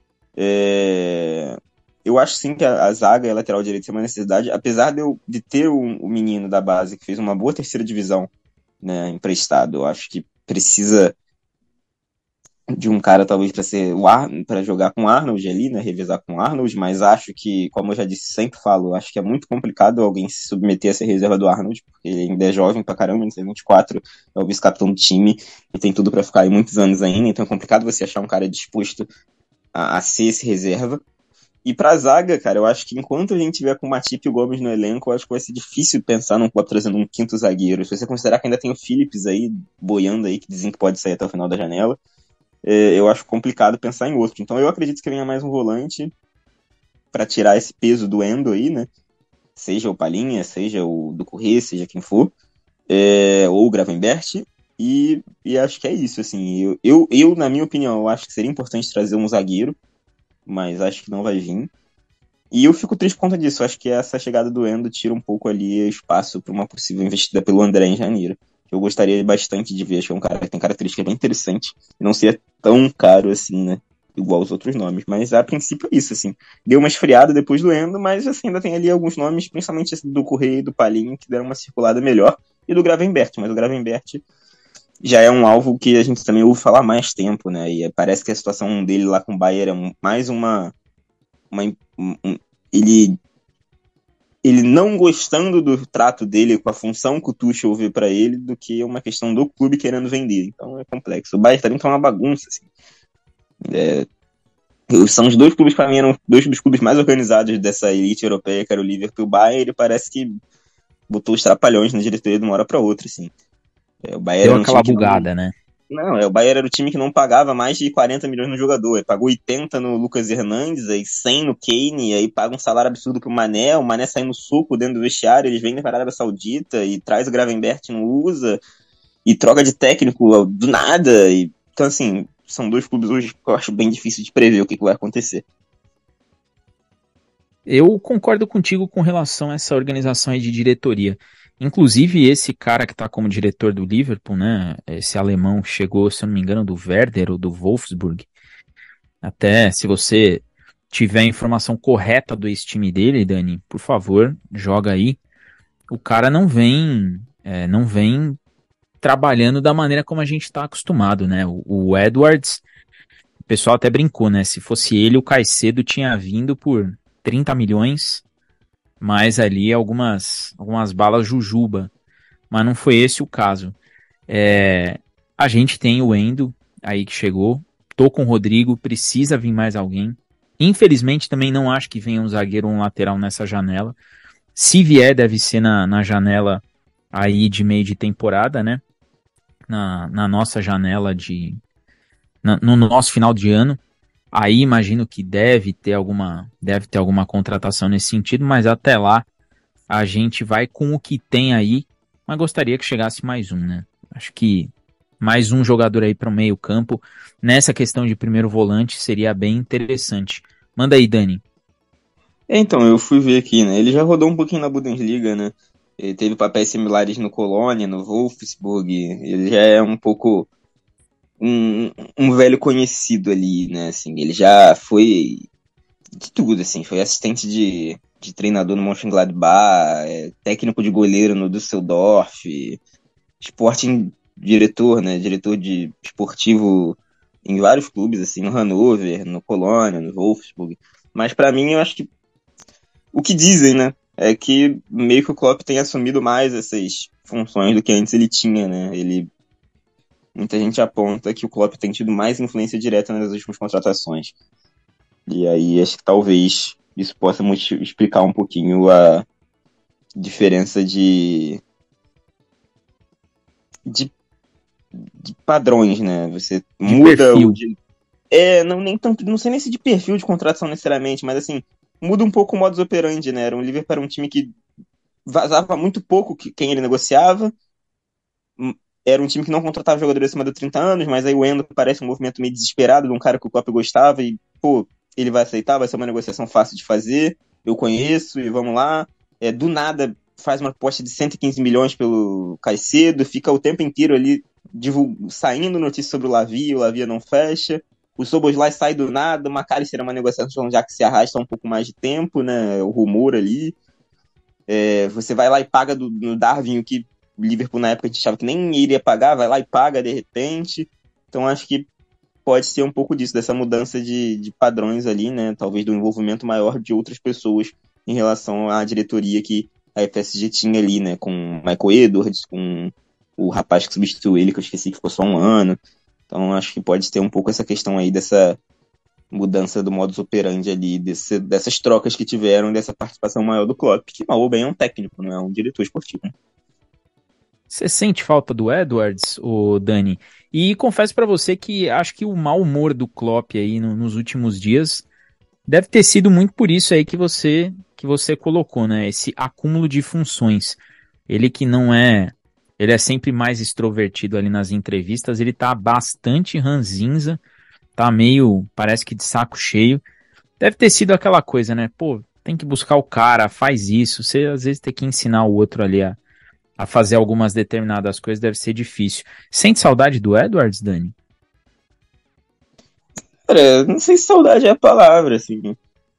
Eu acho sim que a zaga e a lateral direita é uma necessidade, apesar de ter o menino da base que fez uma boa terceira divisão, né, emprestado. Eu acho que precisa de um cara talvez para jogar com o Arnold ali, né, revezar com o Arnold, mas acho que, como eu já disse, sempre falo, acho que é muito complicado alguém se submeter a ser reserva do Arnold, porque ele ainda é jovem pra caramba, ele tem 24, é o vice-capitão do time e tem tudo para ficar aí muitos anos ainda, então é complicado você achar um cara disposto a ser esse reserva. E pra zaga, cara, eu acho que enquanto a gente tiver com o Matip e o Gomes no elenco, eu acho que vai ser difícil pensar num clube trazendo um quinto zagueiro. Se você considerar que ainda tem o Phillips aí, boiando aí, que dizem que pode sair até o final da janela, eu acho complicado pensar em outro. Então eu acredito que venha mais um volante pra tirar esse peso do Endo aí, né? Seja o Palhinha, seja o do Corrêa, seja quem for, ou o Gravenberch. E acho que é isso, assim. Eu, na minha opinião, eu acho que seria importante trazer um zagueiro, mas acho que não vai vir. E eu fico triste por conta disso. Eu acho que essa chegada do Endo tira um pouco ali espaço para uma possível investida pelo André em janeiro. Eu gostaria bastante de ver. Acho que é um cara que tem características bem interessantes. Não ser tão caro assim, né? Igual os outros nomes. Mas a princípio é isso, assim. Deu uma esfriada depois do Endo, mas assim, ainda tem ali alguns nomes, principalmente esse do Correia e do Palhinha, que deram uma circulada melhor. E do Gravenberch. Mas o Gravenberch já é um alvo que a gente também ouve falar há mais tempo, né? E parece que a situação dele lá com o Bayern é mais ele não gostando do trato dele com a função que o Tuchel vê para ele do que uma questão do clube querendo vender. Então é complexo. O Bayern também tá uma bagunça, assim. São os dois clubes, para mim, eram dois dos clubes mais organizados dessa elite europeia, que era o Liverpool e o Bayern. Ele parece que botou os trapalhões na diretoria de uma hora para outra, assim. O Bayern deu aquela bugada, né? Não, o Bayern era o time que não pagava mais de 40 milhões no jogador. Ele pagou 80 no Lucas Hernandes, aí 100 no Kane, aí paga um salário absurdo pro Mané, o Mané sai no suco dentro do vestiário, eles vendem para a Arábia Saudita e traz o Gravenberch, não usa, e troca de técnico do nada. Então, assim, são dois clubes hoje que eu acho bem difícil de prever o que vai acontecer. Eu concordo contigo com relação a essa organização aí de diretoria. Inclusive, esse cara que tá como diretor do Liverpool, né? Esse alemão que chegou, se eu não me engano, do Werder ou do Wolfsburg. Até se você tiver a informação correta do ex-time dele, Dani, por favor, joga aí. O cara não vem trabalhando da maneira como a gente tá acostumado, né? O Edwards, o pessoal até brincou, né? Se fosse ele, o Caicedo tinha vindo por 30 milhões, mais ali algumas balas jujuba, mas não foi esse o caso. A gente tem o Endo aí que chegou, tô com o Rodrigo, precisa vir mais alguém. Infelizmente também não acho que venha um zagueiro ou um lateral nessa janela. Se vier, deve ser na janela aí de meio de temporada, né? Na nossa janela no nosso final de ano. Aí imagino que deve ter alguma contratação nesse sentido, mas até lá a gente vai com o que tem aí, mas gostaria que chegasse mais um, né? Acho que mais um jogador aí para o meio campo, nessa questão de primeiro volante, seria bem interessante. Manda aí, Dani. Então, eu fui ver aqui, né? Ele já rodou um pouquinho na Bundesliga, né? Ele teve papéis similares no Colônia, no Wolfsburg. Ele já é um pouco um velho conhecido ali, né? Assim, ele já foi de tudo, assim. Foi assistente de treinador no Mönchengladbach, técnico de goleiro no Düsseldorf, Sporting diretor, né? Diretor de esportivo em vários clubes, assim, no Hannover, no Colônia, no Wolfsburg. Mas pra mim, eu acho que o que dizem, né? É que meio que o Klopp tem assumido mais essas funções do que antes ele tinha, né? Muita gente aponta que o Klopp tem tido mais influência direta nas últimas contratações. E aí acho que talvez isso possa explicar um pouquinho a diferença de, de padrões, né? Você De muda perfil. não, nem tanto, não sei nem se de perfil de contratação necessariamente, mas assim, muda um pouco o modus operandi, né? O Liverpool era um time que vazava muito pouco quem ele negociava. Era um time que não contratava jogadores acima de 30 anos, mas aí o Endo parece um movimento meio desesperado de um cara que o Klopp gostava e, pô, ele vai aceitar, vai ser uma negociação fácil de fazer, eu conheço e vamos lá. Do nada faz uma aposta de 115 milhões pelo Caicedo, fica o tempo inteiro ali saindo notícias sobre o Lavia não fecha. O Szoboszlai sai do nada, uma cara será uma negociação já que se arrasta um pouco mais de tempo, né? O rumor ali. Você vai lá e paga no Darwin o que o Liverpool na época a gente achava que nem iria pagar, vai lá e paga de repente. Então acho que pode ser um pouco disso, dessa mudança de padrões ali, né? Talvez do envolvimento maior de outras pessoas em relação à diretoria que a FSG tinha ali, né? Com o Michael Edwards, com o rapaz que substituiu ele, que eu esqueci que ficou só um ano. Então acho que pode ter um pouco essa questão aí dessa mudança do modus operandi ali, dessas trocas que tiveram, dessa participação maior do Klopp, que mal ou bem é um técnico, não é um diretor esportivo. Você sente falta do Edwards, ô Dani? E confesso pra você que acho que o mau humor do Klopp aí nos últimos dias deve ter sido muito por isso aí que você colocou, né? Esse acúmulo de funções. Ele que não é, ele é sempre mais extrovertido ali nas entrevistas, ele tá bastante ranzinza, tá meio, parece que de saco cheio. Deve ter sido aquela coisa, né? Pô, tem que buscar o cara, faz isso. Você às vezes tem que ensinar o outro ali a fazer algumas determinadas coisas, deve ser difícil. Sente saudade do Edwards, Dani? Cara, não sei se saudade é a palavra, assim.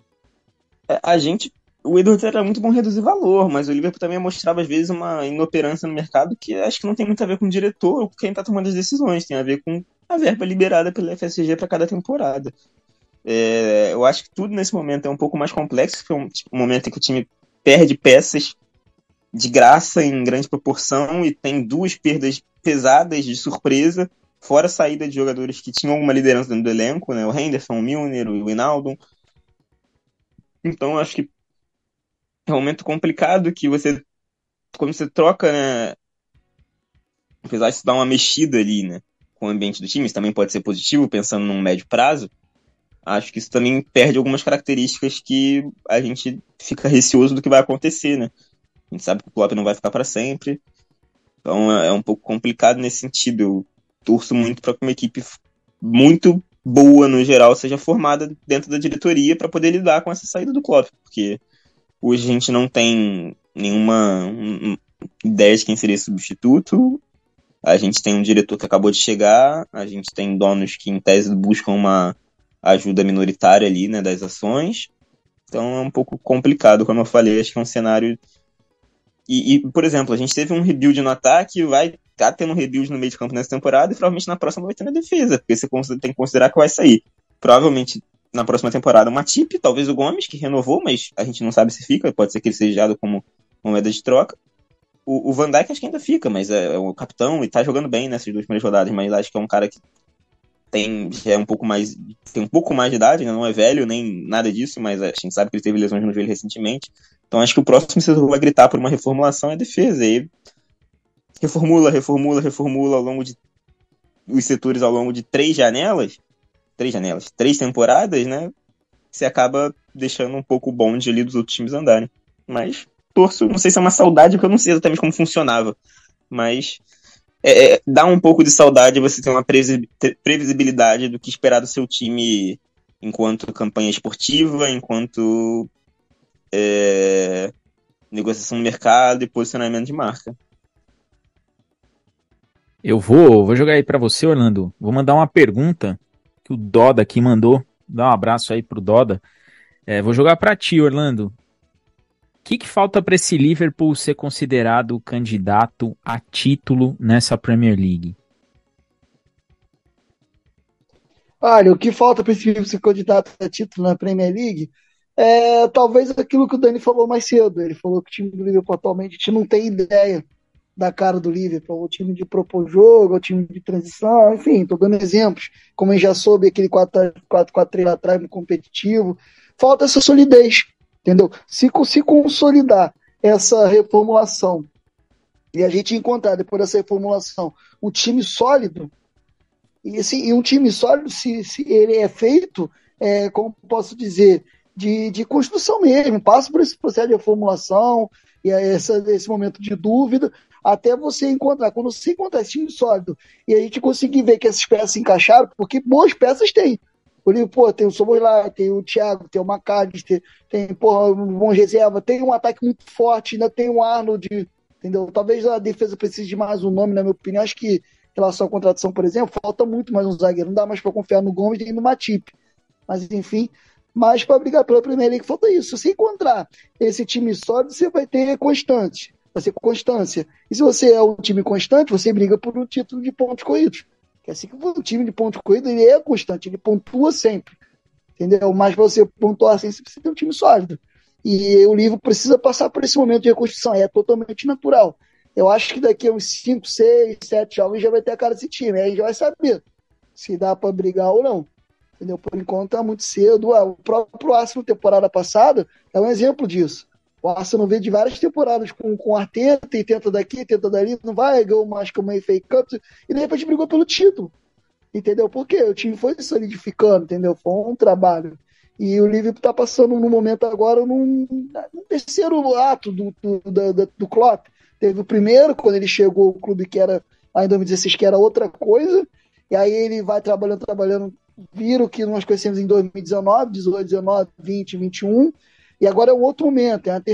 A gente. O Edwards era muito bom em reduzir valor, mas o Liverpool também mostrava, às vezes, uma inoperância no mercado que acho que não tem muito a ver com o diretor ou com quem está tomando as decisões, tem a ver com a verba liberada pela FSG para cada temporada. Eu acho que tudo nesse momento é um pouco mais complexo, porque é um momento em que o time perde peças de graça em grande proporção e tem duas perdas pesadas de surpresa, fora a saída de jogadores que tinham alguma liderança dentro do elenco, né? O Henderson, o Milner, o Wijnaldum. Então, acho que é um momento complicado que quando você troca, né? Apesar de isso dar uma mexida ali, né? Com o ambiente do time, isso também pode ser positivo, pensando num médio prazo. Acho que isso também perde algumas características que a gente fica receoso do que vai acontecer, né? A gente sabe que o Klopp não vai ficar para sempre. Então é um pouco complicado nesse sentido. Eu torço muito para que uma equipe muito boa, no geral, seja formada dentro da diretoria para poder lidar com essa saída do Klopp. Porque hoje a gente não tem nenhuma ideia de quem seria substituto. A gente tem um diretor que acabou de chegar. A gente tem donos que, em tese, buscam uma ajuda minoritária ali, né, das ações. Então é um pouco complicado, como eu falei. Acho que é um cenário. Por exemplo, a gente teve um rebuild no ataque, vai estar tendo um rebuild no meio de campo nessa temporada e provavelmente na próxima vai ter na defesa, porque você tem que considerar que vai sair. Provavelmente na próxima temporada uma Matip, talvez o Gomes, que renovou, mas a gente não sabe se fica, pode ser que ele seja dado como moeda de troca. O Van Dijk acho que ainda fica, mas é o capitão e tá jogando bem nessas duas primeiras rodadas, mas acho que é um cara que tem um pouco mais de idade, né? Não é velho nem nada disso, mas a gente sabe que ele teve lesões no joelho recentemente. Então acho que o próximo setor vai gritar por uma reformulação é a defesa. E reformula ao longo de os setores ao longo de três temporadas, né? Você acaba deixando um pouco o bonde ali dos outros times andarem. Mas torço, não sei se é uma saudade, porque eu não sei exatamente como funcionava. Mas dá um pouco de saudade você ter uma previsibilidade do que esperar do seu time enquanto campanha esportiva, enquanto negociação no mercado e posicionamento de marca. Eu vou jogar aí pra você, Orlando. Vou mandar uma pergunta que o Doda aqui mandou. Dá um abraço aí pro Doda. Vou jogar para ti, Orlando. O que falta para esse Liverpool ser considerado candidato a título nessa Premier League? Olha, o que falta para esse Liverpool ser candidato a título na Premier League é talvez aquilo que o Dani falou mais cedo. Ele falou que o time do Liverpool atualmente a gente não tem ideia da cara do Liverpool, o time de propor jogo, o time de transição, enfim, estou dando exemplos, como a gente já soube, aquele 4-4-3 lá atrás no competitivo, falta essa solidez, entendeu? Se consolidar essa reformulação e a gente encontrar depois dessa reformulação um time sólido, e um time sólido, se ele é feito, como posso dizer, de construção mesmo, passa por esse processo de reformulação e esse momento de dúvida, até você encontrar. Quando você encontrar esse time sólido e a gente conseguir ver que essas peças se encaixaram, porque boas peças tem. Tem o Szoboszlai, tem o Thiago, tem o McAllister, tem um bom reserva, tem um ataque muito forte, ainda tem o Arnold, entendeu? Talvez a defesa precise de mais um nome, na minha opinião. Acho que em relação à contratação, por exemplo, falta muito mais um zagueiro. Não dá mais para confiar no Gomes e no Matip. Mas, enfim, mas para brigar pela Premier League falta isso. Se encontrar esse time sólido, você vai ter constante. Vai ser constância. E se você é um time constante, você briga por um título de pontos corridos. Que assim que o time de pontos corridos, ele é constante, ele pontua sempre. Entendeu? Mas para você pontuar assim, você precisa ter um time sólido. E o Liverpool precisa passar por esse momento de reconstrução. É totalmente natural. Eu acho que daqui a uns 5, 6, 7 jogos já vai ter a cara desse time. Aí a gente vai saber se dá para brigar ou não. Entendeu? Por enquanto tá muito cedo. O próprio Arsenal, temporada passada, é um exemplo disso. O Arsenal veio de várias temporadas com o Arteta e tenta daqui, tenta dali, não vai, ganhou mais que uma FA Cup, e de repente brigou pelo título. Entendeu? Por quê? O time foi solidificando, entendeu? Foi um trabalho. E o Liverpool tá passando no momento agora num terceiro ato do Klopp. Teve o primeiro, quando ele chegou ao clube que era, lá em 2016, que era outra coisa, e aí ele vai trabalhando, viram que nós conhecemos em 2019, 18, 19, 20, 21, e agora é um outro momento, é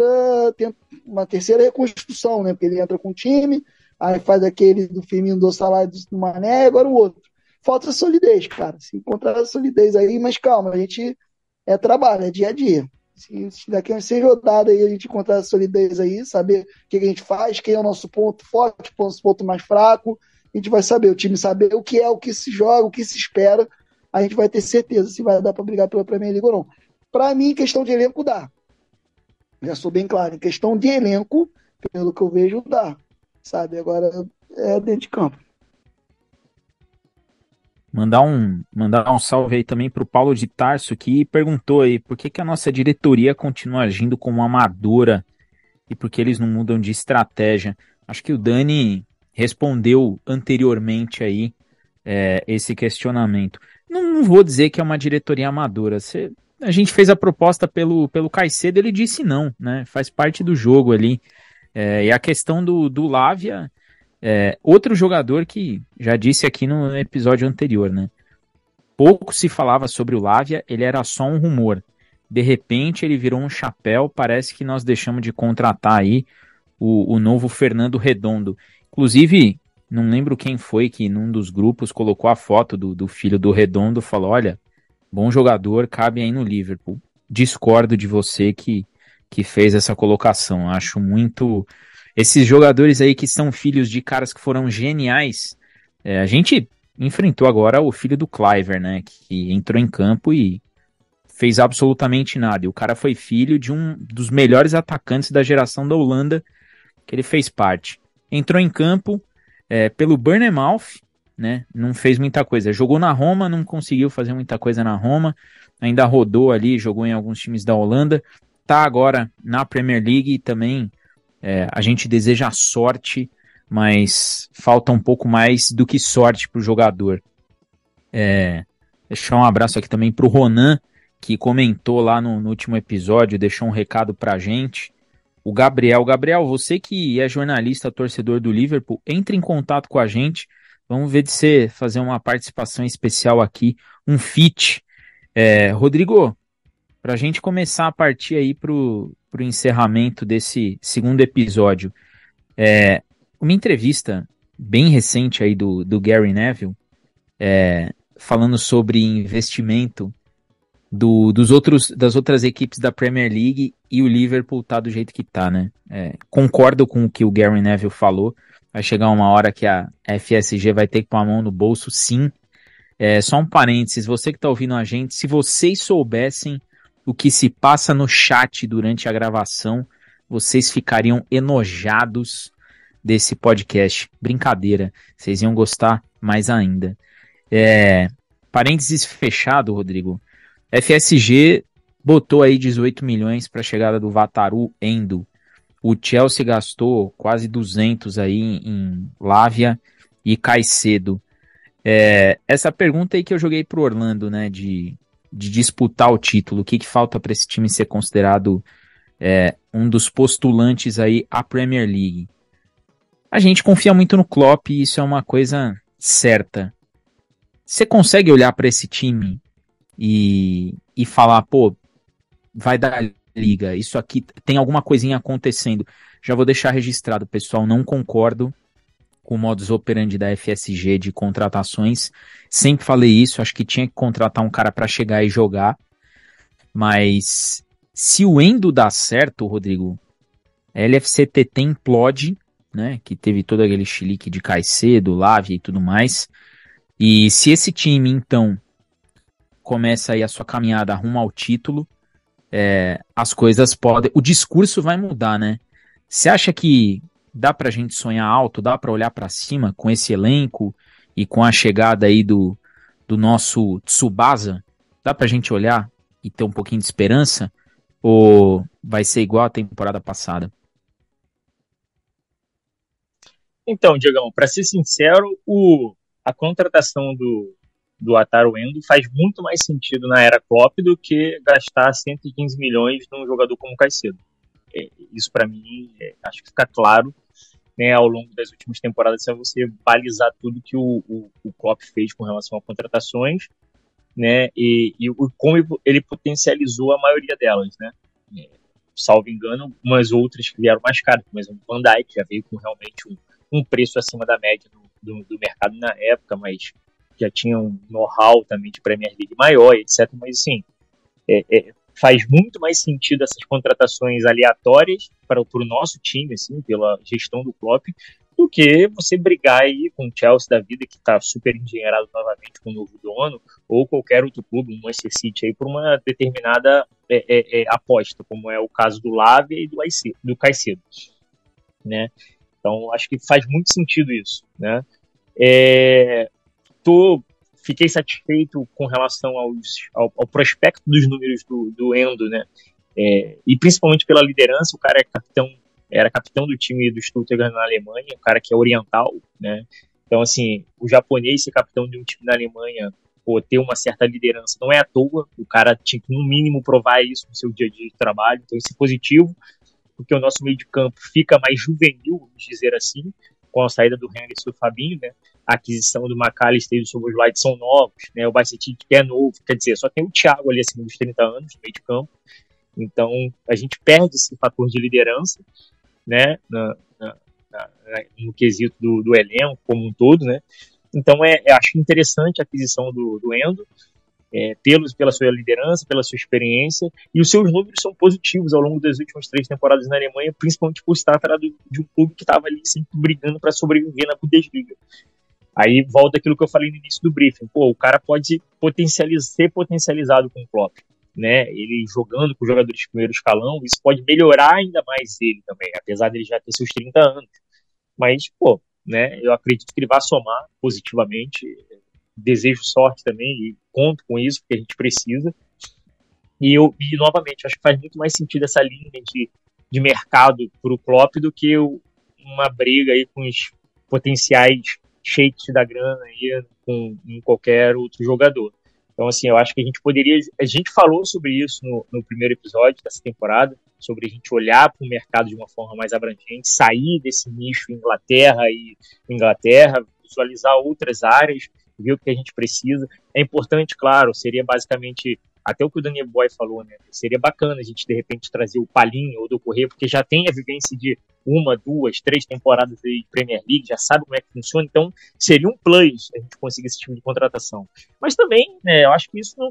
uma terceira reconstrução, né? Porque ele entra com o time, aí faz aquele do Firmino, do Salah, do Mané, e agora o outro. Falta solidez, cara. Se encontrar a solidez aí, mas calma, a gente trabalho, é dia a dia. Se daqui a umas 6 rodadas aí a gente encontrar a solidez aí, saber o que a gente faz, quem é o nosso ponto forte, o nosso ponto mais fraco, a gente vai saber, o time saber o que se joga, o que se espera, a gente vai ter certeza se vai dar para brigar pela Premier League ou não. Para mim, em questão de elenco, dá. Já sou bem claro, em questão de elenco, pelo que eu vejo, dá. Sabe, agora é dentro de campo. Mandar um salve aí também pro Paulo de Tarso, que perguntou aí por que a nossa diretoria continua agindo como amadora e por que eles não mudam de estratégia. Acho que o Dani respondeu anteriormente aí esse questionamento. Não vou dizer que é uma diretoria amadora. A gente fez a proposta pelo Caicedo, ele disse não, né? Faz parte do jogo ali. E a questão do Lavia, outro jogador que já disse aqui no episódio anterior, né? Pouco se falava sobre o Lavia, ele era só um rumor. De repente ele virou um chapéu, parece que nós deixamos de contratar aí o novo Fernando Redondo. Inclusive, não lembro quem foi que num dos grupos colocou a foto do filho do Redondo, falou, olha, bom jogador, cabe aí no Liverpool. Discordo de você que fez essa colocação. Acho muito... Esses jogadores aí que são filhos de caras que foram geniais, a gente enfrentou agora o filho do Kluivert, né, que entrou em campo e fez absolutamente nada. E o cara foi filho de um dos melhores atacantes da geração da Holanda, que ele fez parte. Entrou em campo pelo Bournemouth, né, não fez muita coisa. Jogou na Roma, não conseguiu fazer muita coisa na Roma, ainda rodou ali, jogou em alguns times da Holanda, tá agora na Premier League e também a gente deseja sorte, mas falta um pouco mais do que sorte pro jogador. Deixar um abraço aqui também pro Ronan, que comentou lá no último episódio, deixou um recado pra gente. O Gabriel, você que é jornalista, torcedor do Liverpool, entre em contato com a gente, vamos ver de você fazer uma participação especial aqui, um feat. Rodrigo, pra gente começar a partir aí pro encerramento desse segundo episódio, uma entrevista bem recente aí do Gary Neville, falando sobre investimento das outras equipes da Premier League, e o Liverpool tá do jeito que tá, né? Concordo com o que o Gary Neville falou. Vai chegar uma hora que a FSG vai ter que pôr a mão no bolso, sim. Só um parênteses, você que tá ouvindo a gente, se vocês soubessem o que se passa no chat durante a gravação, vocês ficariam enojados desse podcast. Brincadeira, vocês iam gostar mais ainda. Parênteses fechado, Rodrigo. FSG botou aí 18 milhões para a chegada do Wataru Endo. O Chelsea gastou quase 200 aí em Lavia e Caicedo. Essa pergunta aí que eu joguei pro Orlando, né, de disputar o título, o que falta para esse time ser considerado um dos postulantes aí à Premier League? A gente confia muito no Klopp e isso é uma coisa certa. Você consegue olhar para esse time e falar, pô, vai dar liga, isso aqui tem alguma coisinha acontecendo? Já vou deixar registrado, pessoal, não concordo com o modus operandi da FSG de contratações. Sempre falei isso, acho que tinha que contratar um cara para chegar e jogar. Mas se o Endo dá certo, Rodrigo, a LFCTT implode, né? Que teve todo aquele chilique de Caicedo, Lavia e tudo mais. E se esse time, então, começa aí a sua caminhada rumo ao título, as coisas podem... O discurso vai mudar, né? Você acha que dá pra gente sonhar alto, dá pra olhar pra cima com esse elenco e com a chegada aí do nosso Tsubasa? Dá pra gente olhar e ter um pouquinho de esperança? Ou vai ser igual a temporada passada? Então, Diegão, para ser sincero, a contratação do Wataru Endo faz muito mais sentido na era Klopp do que gastar 115 milhões num jogador como Caicedo. Isso, para mim, acho que fica claro, né, ao longo das últimas temporadas, se você balizar tudo que o Klopp fez com relação a contratações, né, e como ele potencializou a maioria delas, né. Salvo engano, umas outras que vieram mais caras, mas o Van Dijk já veio com realmente um preço acima da média do mercado na época, mas já tinha um know-how também de Premier League maior, etc. Mas, assim, faz muito mais sentido essas contratações aleatórias para o nosso time, assim, pela gestão do Klopp, do que você brigar aí com o Chelsea da vida, que está super engenheirado novamente com o novo dono, ou qualquer outro clube, um Manchester City, aí, por uma determinada aposta, como é o caso do Lavia e do Caicedo, né? Então, acho que faz muito sentido isso, né? Fiquei satisfeito com relação ao prospecto dos números do Endo, né? E principalmente pela liderança. O cara era capitão do time do Stuttgart na Alemanha, um cara que é oriental, né? Então, assim, o japonês ser capitão de um time na Alemanha, ter uma certa liderança, não é à toa. O cara tinha que, no mínimo, provar isso no seu dia a dia de trabalho. Então, isso é positivo, porque o nosso meio de campo fica mais juvenil, vamos dizer assim, com a saída do Henderson e do Fabinho, né? A aquisição do McAllister e do Szoboszlai são novos, né? O Bajcetic, que é novo, quer dizer, só tem o Thiago ali acima dos 30 anos no meio de campo. Então, a gente perde esse fator de liderança, né? No quesito do elenco como um todo, né? Então, acho interessante a aquisição do Endo, pela sua liderança, pela sua experiência, e os seus números são positivos ao longo das últimas 3 temporadas na Alemanha, principalmente por se tratar de um clube que estava ali sempre brigando para sobreviver na Bundesliga. Aí volta aquilo que eu falei no início do briefing. O cara pode ser potencializado com o Klopp, né? Ele jogando com jogadores de primeiro escalão, isso pode melhorar ainda mais ele também, apesar dele já ter seus 30 anos. Mas, né, eu acredito que ele vai somar positivamente. Desejo sorte também e conto com isso, porque a gente precisa. E novamente, acho que faz muito mais sentido essa linha de mercado para o Klopp do que uma briga aí com os potenciais shakes da grana aí com qualquer outro jogador. Então, assim, eu acho que a gente falou sobre isso no primeiro episódio dessa temporada, sobre a gente olhar para o mercado de uma forma mais abrangente, sair desse nicho Inglaterra, visualizar outras áreas, ver o que a gente precisa. É importante, claro, seria basicamente, até o que o Daniel Boy falou, né? Seria bacana a gente, de repente, trazer o Palhinha ou do Corrêa, porque já tem a vivência de 1, 2, 3 temporadas de Premier League, já sabe como é que funciona, então seria um plus a gente conseguir esse tipo de contratação. Mas também, né, eu acho que isso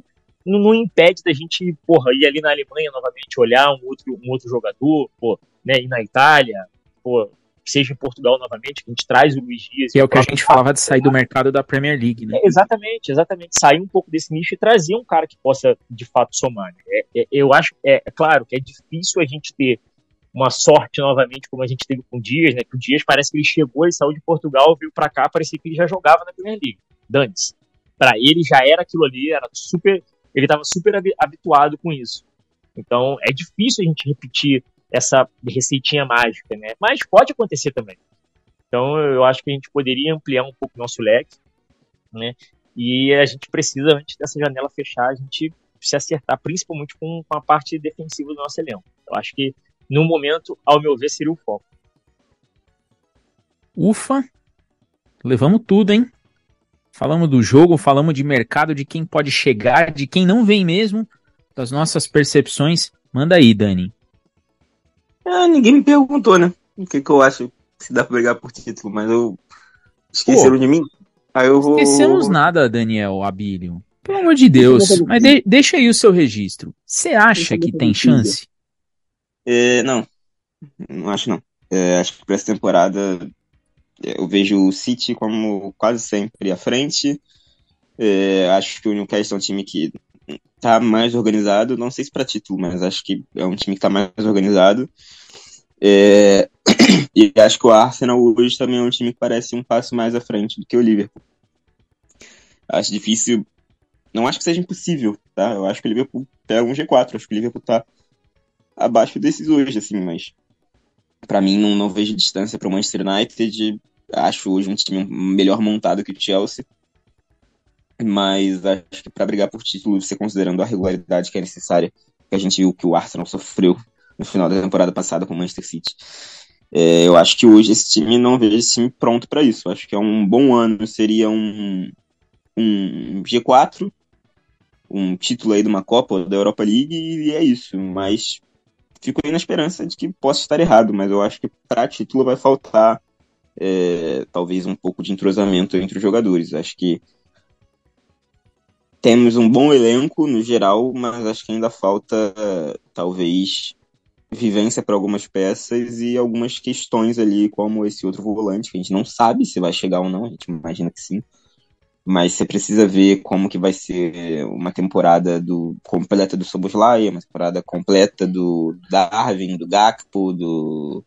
não impede da gente, porra, ir ali na Alemanha novamente, olhar um outro jogador, pô, né, ir na Itália, pô, seja em Portugal novamente, que a gente traz o Luiz Dias. Que é o que a gente falava de sair do mercado da Premier League, né? Exatamente. Sair um pouco desse nicho e trazer um cara que possa, de fato, somar. Eu acho, é claro que é difícil a gente ter uma sorte novamente, como a gente teve com o Dias, né? Que o Dias parece que ele chegou, ele saiu de Portugal, veio pra cá, parecia que ele já jogava na Premier League. Dane-se. Pra ele já era aquilo ali, ele estava super habituado com isso. Então é difícil a gente repetir essa receitinha mágica, né? Mas pode acontecer também. Então eu acho que a gente poderia ampliar um pouco o nosso leque, né? E a gente precisa, antes dessa janela fechar, a gente se acertar, principalmente com a parte defensiva do nosso elenco. Eu acho que, no momento, ao meu ver, seria o foco. Ufa! Levamos tudo, hein? Falamos do jogo, falamos de mercado, de quem pode chegar, de quem não vem mesmo, das nossas percepções. Manda aí, Dani. Ninguém me perguntou, né? O que eu acho se dá pra brigar por título, mas eu esqueceram de mim. Aí eu vou... Esquecemos nada, Daniel Abílio. Pelo amor de Deus. Mas deixa aí o seu registro. Você acha que tem chance? Não acho não. Acho que para essa temporada eu vejo o City como quase sempre à frente. Acho que o Newcastle é um time que tá mais organizado. Não sei se para título, mas acho que é um time que tá mais organizado. E acho que o Arsenal hoje também é um time que parece um passo mais à frente do que o Liverpool. Acho difícil, não acho que seja impossível, tá? Eu acho que o Liverpool pega um G4, acho que o Liverpool tá abaixo desses hoje, assim, mas pra mim não vejo distância para o Manchester United. Acho hoje um time melhor montado que o Chelsea, mas acho que para brigar por título, você considerando a regularidade que é necessária, que a gente viu que o Arsenal sofreu no final da temporada passada com o Manchester City, eu acho que hoje esse time, não vejo esse time pronto para isso. Acho que é um bom ano, seria um G4, um título aí de uma Copa ou da Europa League, e é isso. Mas fico aí na esperança de que possa estar errado, mas eu acho que para título vai faltar talvez um pouco de entrosamento entre os jogadores. Acho que temos um bom elenco no geral, mas acho que ainda falta talvez vivência para algumas peças e algumas questões ali, como esse outro volante, que a gente não sabe se vai chegar ou não, a gente imagina que sim, mas você precisa ver como que vai ser uma temporada completa do Szoboszlai, uma temporada completa do Darwin, do Gakpo, do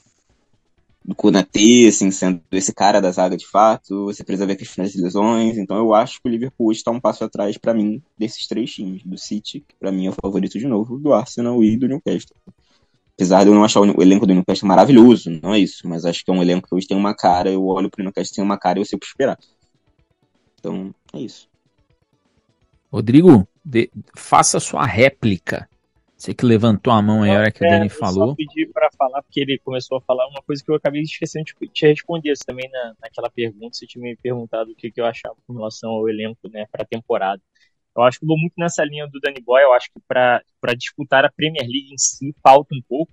Konaté, assim, sendo esse cara da zaga de fato. Você precisa ver questões de lesões. Então eu acho que o Liverpool hoje está um passo atrás, para mim, desses três times, do City, que para mim é o favorito de novo, do Arsenal e do Newcastle. Apesar de eu não achar o elenco do Newcastle maravilhoso, não é isso, mas acho que é um elenco que hoje tem uma cara, eu olho pro Newcastle, tem uma cara e eu sei o que esperar. Então, é isso. Rodrigo, faça sua réplica. Você que levantou a mão aí a hora que o Dani falou. Eu só pedi para falar, porque ele começou a falar uma coisa que eu acabei esquecendo de te responder. Você também naquela pergunta, você tinha me perguntado o que eu achava com relação ao elenco, né, para a temporada. Eu acho que eu vou muito nessa linha do Danny Boy. Eu acho que para disputar a Premier League em si falta um pouco.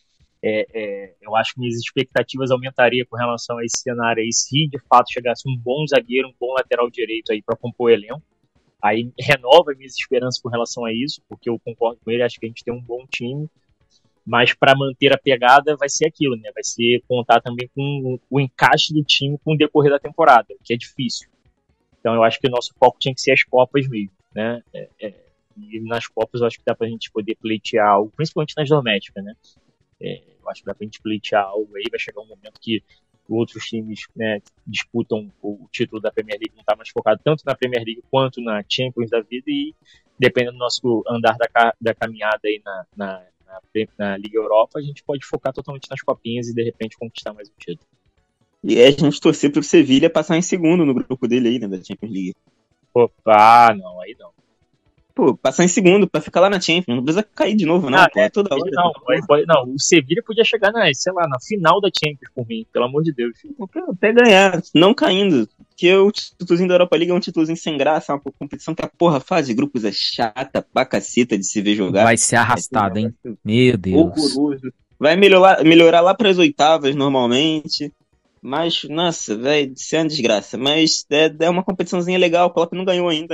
Eu acho que minhas expectativas aumentariam com relação a esse cenário aí, se de fato chegasse um bom zagueiro, um bom lateral direito aí para compor o elenco. Aí renova minhas esperanças com relação a isso, porque eu concordo com ele, acho que a gente tem um bom time, mas para manter a pegada vai ser aquilo, né? Vai ser contar também com o encaixe do time com o decorrer da temporada, que é difícil. Então eu acho que o nosso foco tinha que ser as Copas mesmo, né? E nas Copas eu acho que dá pra gente poder pleitear algo, principalmente nas domésticas, né? Eu acho que dá pra gente pleitear algo aí, vai chegar um momento que outros times, né, disputam o título da Premier League, não está mais focado tanto na Premier League quanto na Champions da vida, e dependendo do nosso andar da caminhada aí na Liga Europa, a gente pode focar totalmente nas copinhas e de repente conquistar mais um título. E a gente torcer pro Sevilha passar em segundo no grupo dele aí, né, da Champions League. Opa, não, aí não. Pô, passar em segundo pra ficar lá na Champions, não precisa cair de novo, não. Toda hora. Não, o Sevilha podia chegar na final da Champions por mim, pelo amor de Deus. Até ganhar, não caindo. Porque o títulozinho da Europa League é um títulozinho sem graça, uma competição que a fase de grupos é chata pra caceta de se ver jogar. Vai ser arrastado, hein? Meu Deus. Horroroso. Vai melhorar lá pras oitavas normalmente. Mas, nossa, velho, isso é uma desgraça. Mas é uma competiçãozinha legal, o Klopp não ganhou ainda, né?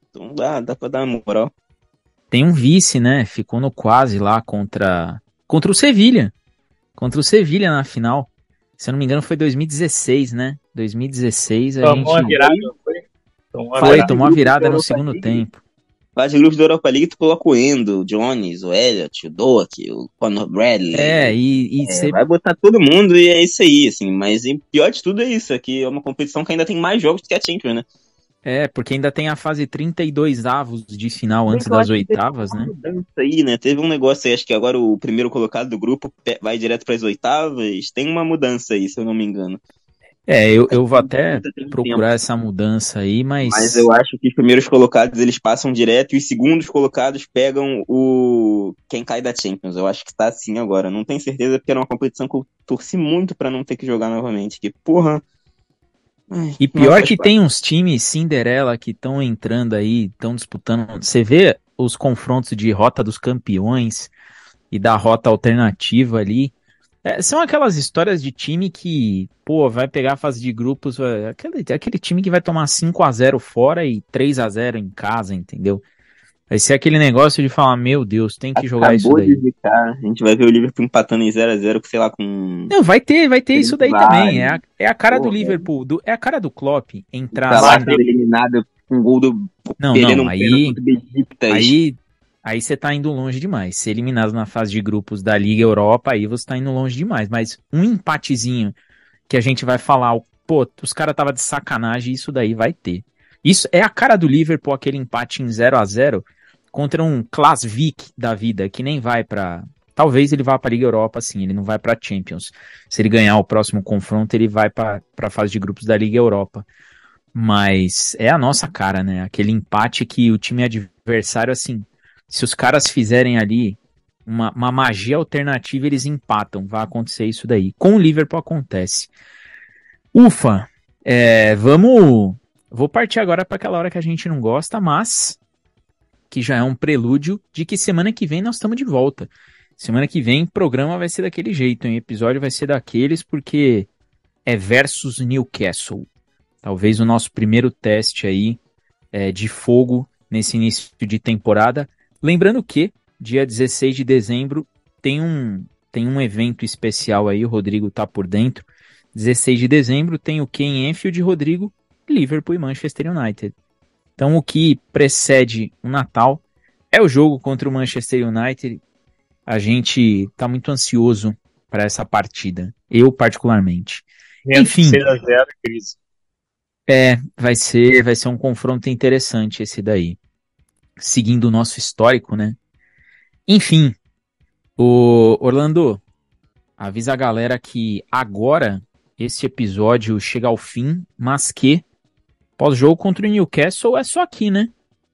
Então dá pra dar uma moral. Tem um vice, né? Ficou no quase lá contra o Sevilha. Contra o Sevilha na final. Se eu não me engano, foi 2016, né? 2016 a Tomou uma gente virada, não foi? tomou a virada no segundo tempo. Fase de grupos da Europa League, tu coloca o Endo, o Jones, o Elliot, o Doak, o Conor Bradley. E você. Vai botar todo mundo e é isso aí, assim. Mas o pior de tudo é isso, é que é uma competição que ainda tem mais jogos que a Champions, né? Porque ainda tem a fase 32 avos de final antes das oitavas, né? Mudança aí, né? Teve um negócio aí, acho que agora o primeiro colocado do grupo vai direto para as oitavas. Tem uma mudança aí, se eu não me engano. Eu vou até procurar essa mudança aí, Mas eu acho que os primeiros colocados eles passam direto e os segundos colocados pegam quem cai da Champions. Eu acho que tá assim agora. Não tenho certeza porque era uma competição que eu torci muito pra não ter que jogar novamente. Que porra. E pior que tem uns times Cinderela que estão entrando aí, estão disputando. Você vê os confrontos de Rota dos Campeões e da Rota Alternativa ali. São aquelas histórias de time que, pô, vai pegar a fase de grupos, aquele time que vai tomar 5-0 fora e 3-0 em casa, entendeu? Vai ser aquele negócio de falar, meu Deus, tem que jogar isso daí. A gente vai ver o Liverpool empatando em 0-0, sei lá, com... Não, vai ter isso daí também. É a cara do Liverpool, é a cara do Klopp entrar tá lá sendo eliminado com gol do... Não, aí você tá indo longe demais. Ser eliminado na fase de grupos da Liga Europa, aí você tá indo longe demais. Mas um empatezinho que a gente vai falar, pô, os caras tava de sacanagem, isso daí vai ter. Isso é a cara do Liverpool, aquele empate em 0-0 contra um Klasvik da vida, que nem vai pra... Talvez ele vá pra Liga Europa, sim, ele não vai pra Champions. Se ele ganhar o próximo confronto, ele vai pra fase de grupos da Liga Europa. Mas é a nossa cara, né? Aquele empate que o time adversário, assim, se os caras fizerem ali uma magia alternativa, eles empatam. Vai acontecer isso daí. Com o Liverpool acontece. Ufa! Vou partir agora para aquela hora que a gente não gosta, mas que já é um prelúdio de que semana que vem nós estamos de volta. Semana que vem o programa vai ser daquele jeito, hein? O episódio vai ser daqueles porque é versus Newcastle. Talvez o nosso primeiro teste aí de fogo nesse início de temporada. Lembrando que dia 16 de dezembro tem um evento especial aí, o Rodrigo tá por dentro. 16 de dezembro tem o Ken Enfield, Rodrigo, Liverpool e Manchester United. Então o que precede o Natal é o jogo contra o Manchester United. A gente tá muito ansioso para essa partida. Eu particularmente. Enfim. 6-0, Cris. Vai ser um confronto interessante esse daí. Seguindo o nosso histórico, né? Enfim, Orlando, avisa a galera que agora esse episódio chega ao fim, mas que pós-jogo contra o Newcastle é só aqui, né?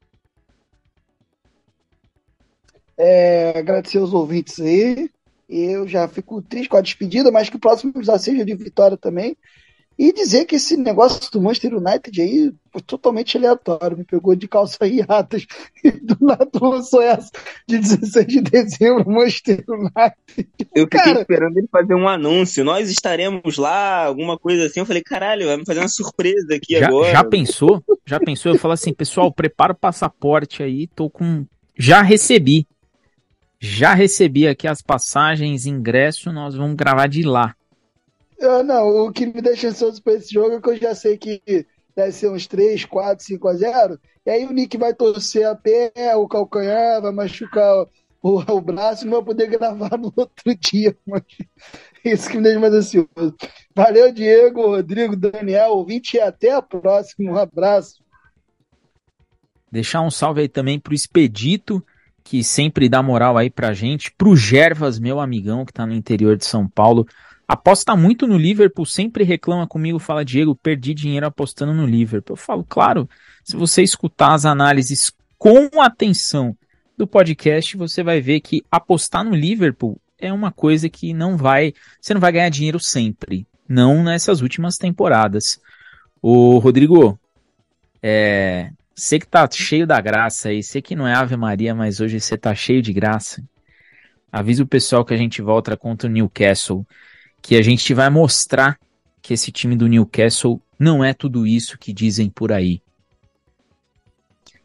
Agradecer aos ouvintes aí. Eu já fico triste com a despedida, mas que o próximo já seja de vitória também. E dizer que esse negócio do Manchester United aí foi totalmente aleatório. Me pegou de calça hiatas e do nada lançou essa de 16 de dezembro, Manchester United. Eu fiquei esperando ele fazer um anúncio. Nós estaremos lá, alguma coisa assim. Eu falei, caralho, vai me fazer uma surpresa aqui agora. Já pensou? Eu falo assim, pessoal, prepara o passaporte aí, Já recebi aqui as passagens, ingresso, nós vamos gravar de lá. Não, o que me deixa ansioso para esse jogo é que eu já sei que deve ser uns 3, 4, 5-0. E aí o Nick vai torcer a pé, o calcanhar, vai machucar o braço e não vai poder gravar no outro dia. Mas isso que me deixa mais ansioso. Valeu, Diego, Rodrigo, Daniel, ouvinte, e até a próxima. Um abraço. Deixar um salve aí também pro Expedito, que sempre dá moral aí pra gente. Pro Gervas, meu amigão, que tá no interior de São Paulo. Aposta muito no Liverpool, sempre reclama comigo, fala, Diego, perdi dinheiro apostando no Liverpool. Eu falo, claro, se você escutar as análises com atenção do podcast, você vai ver que apostar no Liverpool é uma coisa que você não vai ganhar dinheiro sempre, não nessas últimas temporadas. Ô, Rodrigo, você que tá cheio da graça aí, sei que não é Ave Maria, mas hoje você tá cheio de graça. Avisa o pessoal que a gente volta contra o Newcastle, que a gente vai mostrar que esse time do Newcastle não é tudo isso que dizem por aí.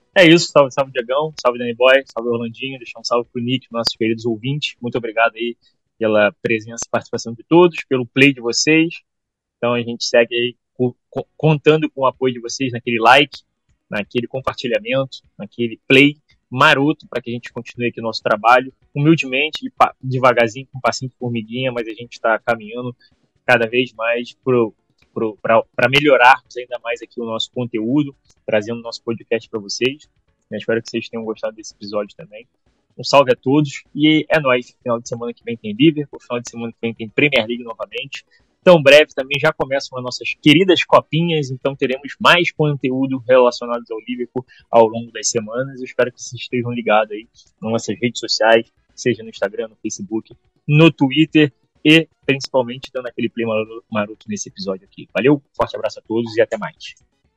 É isso, salve, salve Diegão, salve Danny Boy, salve Orlandinho, deixar um salve pro Nick, nossos queridos ouvintes. Muito obrigado aí pela presença e participação de todos, pelo play de vocês. Então a gente segue aí contando com o apoio de vocês naquele like, naquele compartilhamento, naquele play maroto para que a gente continue aqui o nosso trabalho, humildemente, devagarzinho, com um passinho de formiguinha, mas a gente está caminhando cada vez mais para melhorarmos ainda mais aqui o nosso conteúdo, trazendo o nosso podcast para vocês. Eu espero que vocês tenham gostado desse episódio também. Um salve a todos e é nóis. Final de semana que vem tem Liverpool, final de semana que vem tem Premier League novamente. Tão breve também já começam as nossas queridas copinhas, então teremos mais conteúdo relacionado ao Liverpool ao longo das semanas. Eu espero que vocês estejam ligados aí nas nossas redes sociais, seja no Instagram, no Facebook, no Twitter e principalmente dando aquele play maroto nesse episódio aqui. Valeu, forte abraço a todos e até mais.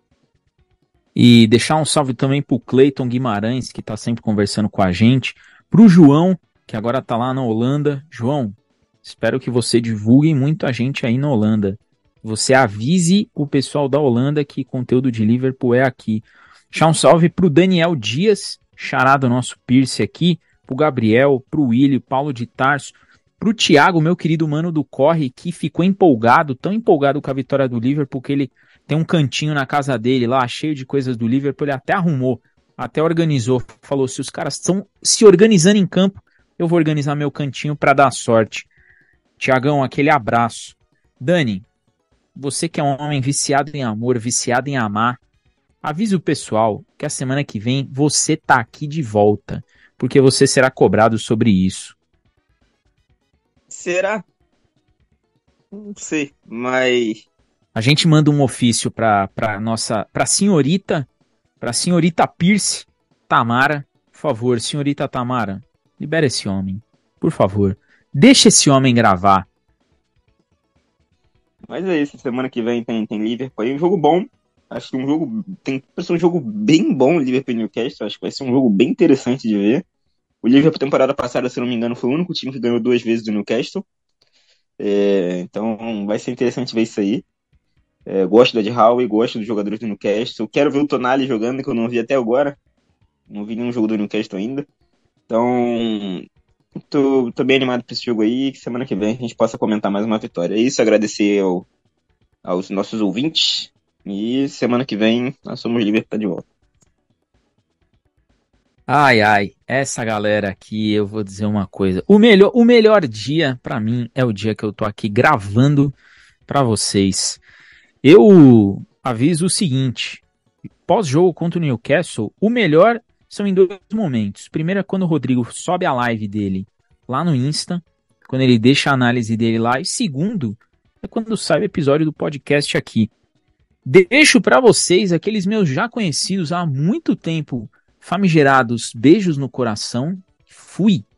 E deixar um salve também pro Cleiton Guimarães, que tá sempre conversando com a gente, pro João, que agora tá lá na Holanda. João, espero que você divulgue muito a gente aí na Holanda. Você avise o pessoal da Holanda que conteúdo de Liverpool é aqui. Deixar um salve pro Daniel Dias, xará do nosso Pierce aqui, pro Gabriel, pro Willi, Paulo de Tarso, pro Thiago, meu querido mano do Corre, que ficou empolgado, tão empolgado com a vitória do Liverpool, que ele tem um cantinho na casa dele lá, cheio de coisas do Liverpool, ele até arrumou, até organizou, falou, se os caras estão se organizando em campo, eu vou organizar meu cantinho para dar sorte. Tiagão, aquele abraço. Dani, você que é um homem viciado em amor, viciado em amar, avise o pessoal que a semana que vem você tá aqui de volta, porque você será cobrado sobre isso. Será? Não sei, mas... A gente manda um ofício pra senhorita Pierce, Tamara, por favor, senhorita Tamara, libera esse homem, por favor. Deixa esse homem gravar. Mas é isso, semana que vem tem Liverpool aí, um jogo bom. Acho que tem um jogo bem bom, Liverpool e Newcastle. Acho que vai ser um jogo bem interessante de ver. O Liverpool, temporada passada, se não me engano, foi o único time que ganhou 2 vezes do Newcastle. Então vai ser interessante ver isso aí. Gosto do Ed Howe, gosto dos jogadores do Newcastle. Quero ver o Tonali jogando, que eu não vi até agora. Não vi nenhum jogo do Newcastle ainda. Então, tô bem animado pra esse jogo aí. Que semana que vem a gente possa comentar mais uma vitória. É isso, agradecer aos nossos ouvintes. E semana que vem nós somos Liverpool, tá de volta. Ai, essa galera aqui, eu vou dizer uma coisa. O melhor dia pra mim é o dia que eu tô aqui gravando pra vocês. Eu aviso o seguinte, pós-jogo contra o Newcastle, o melhor são em 2 momentos. Primeiro é quando o Rodrigo sobe a live dele lá no Insta, quando ele deixa a análise dele lá. E segundo é quando sai o episódio do podcast aqui. Deixo pra vocês, aqueles meus já conhecidos há muito tempo, famigerados, beijos no coração. Fui!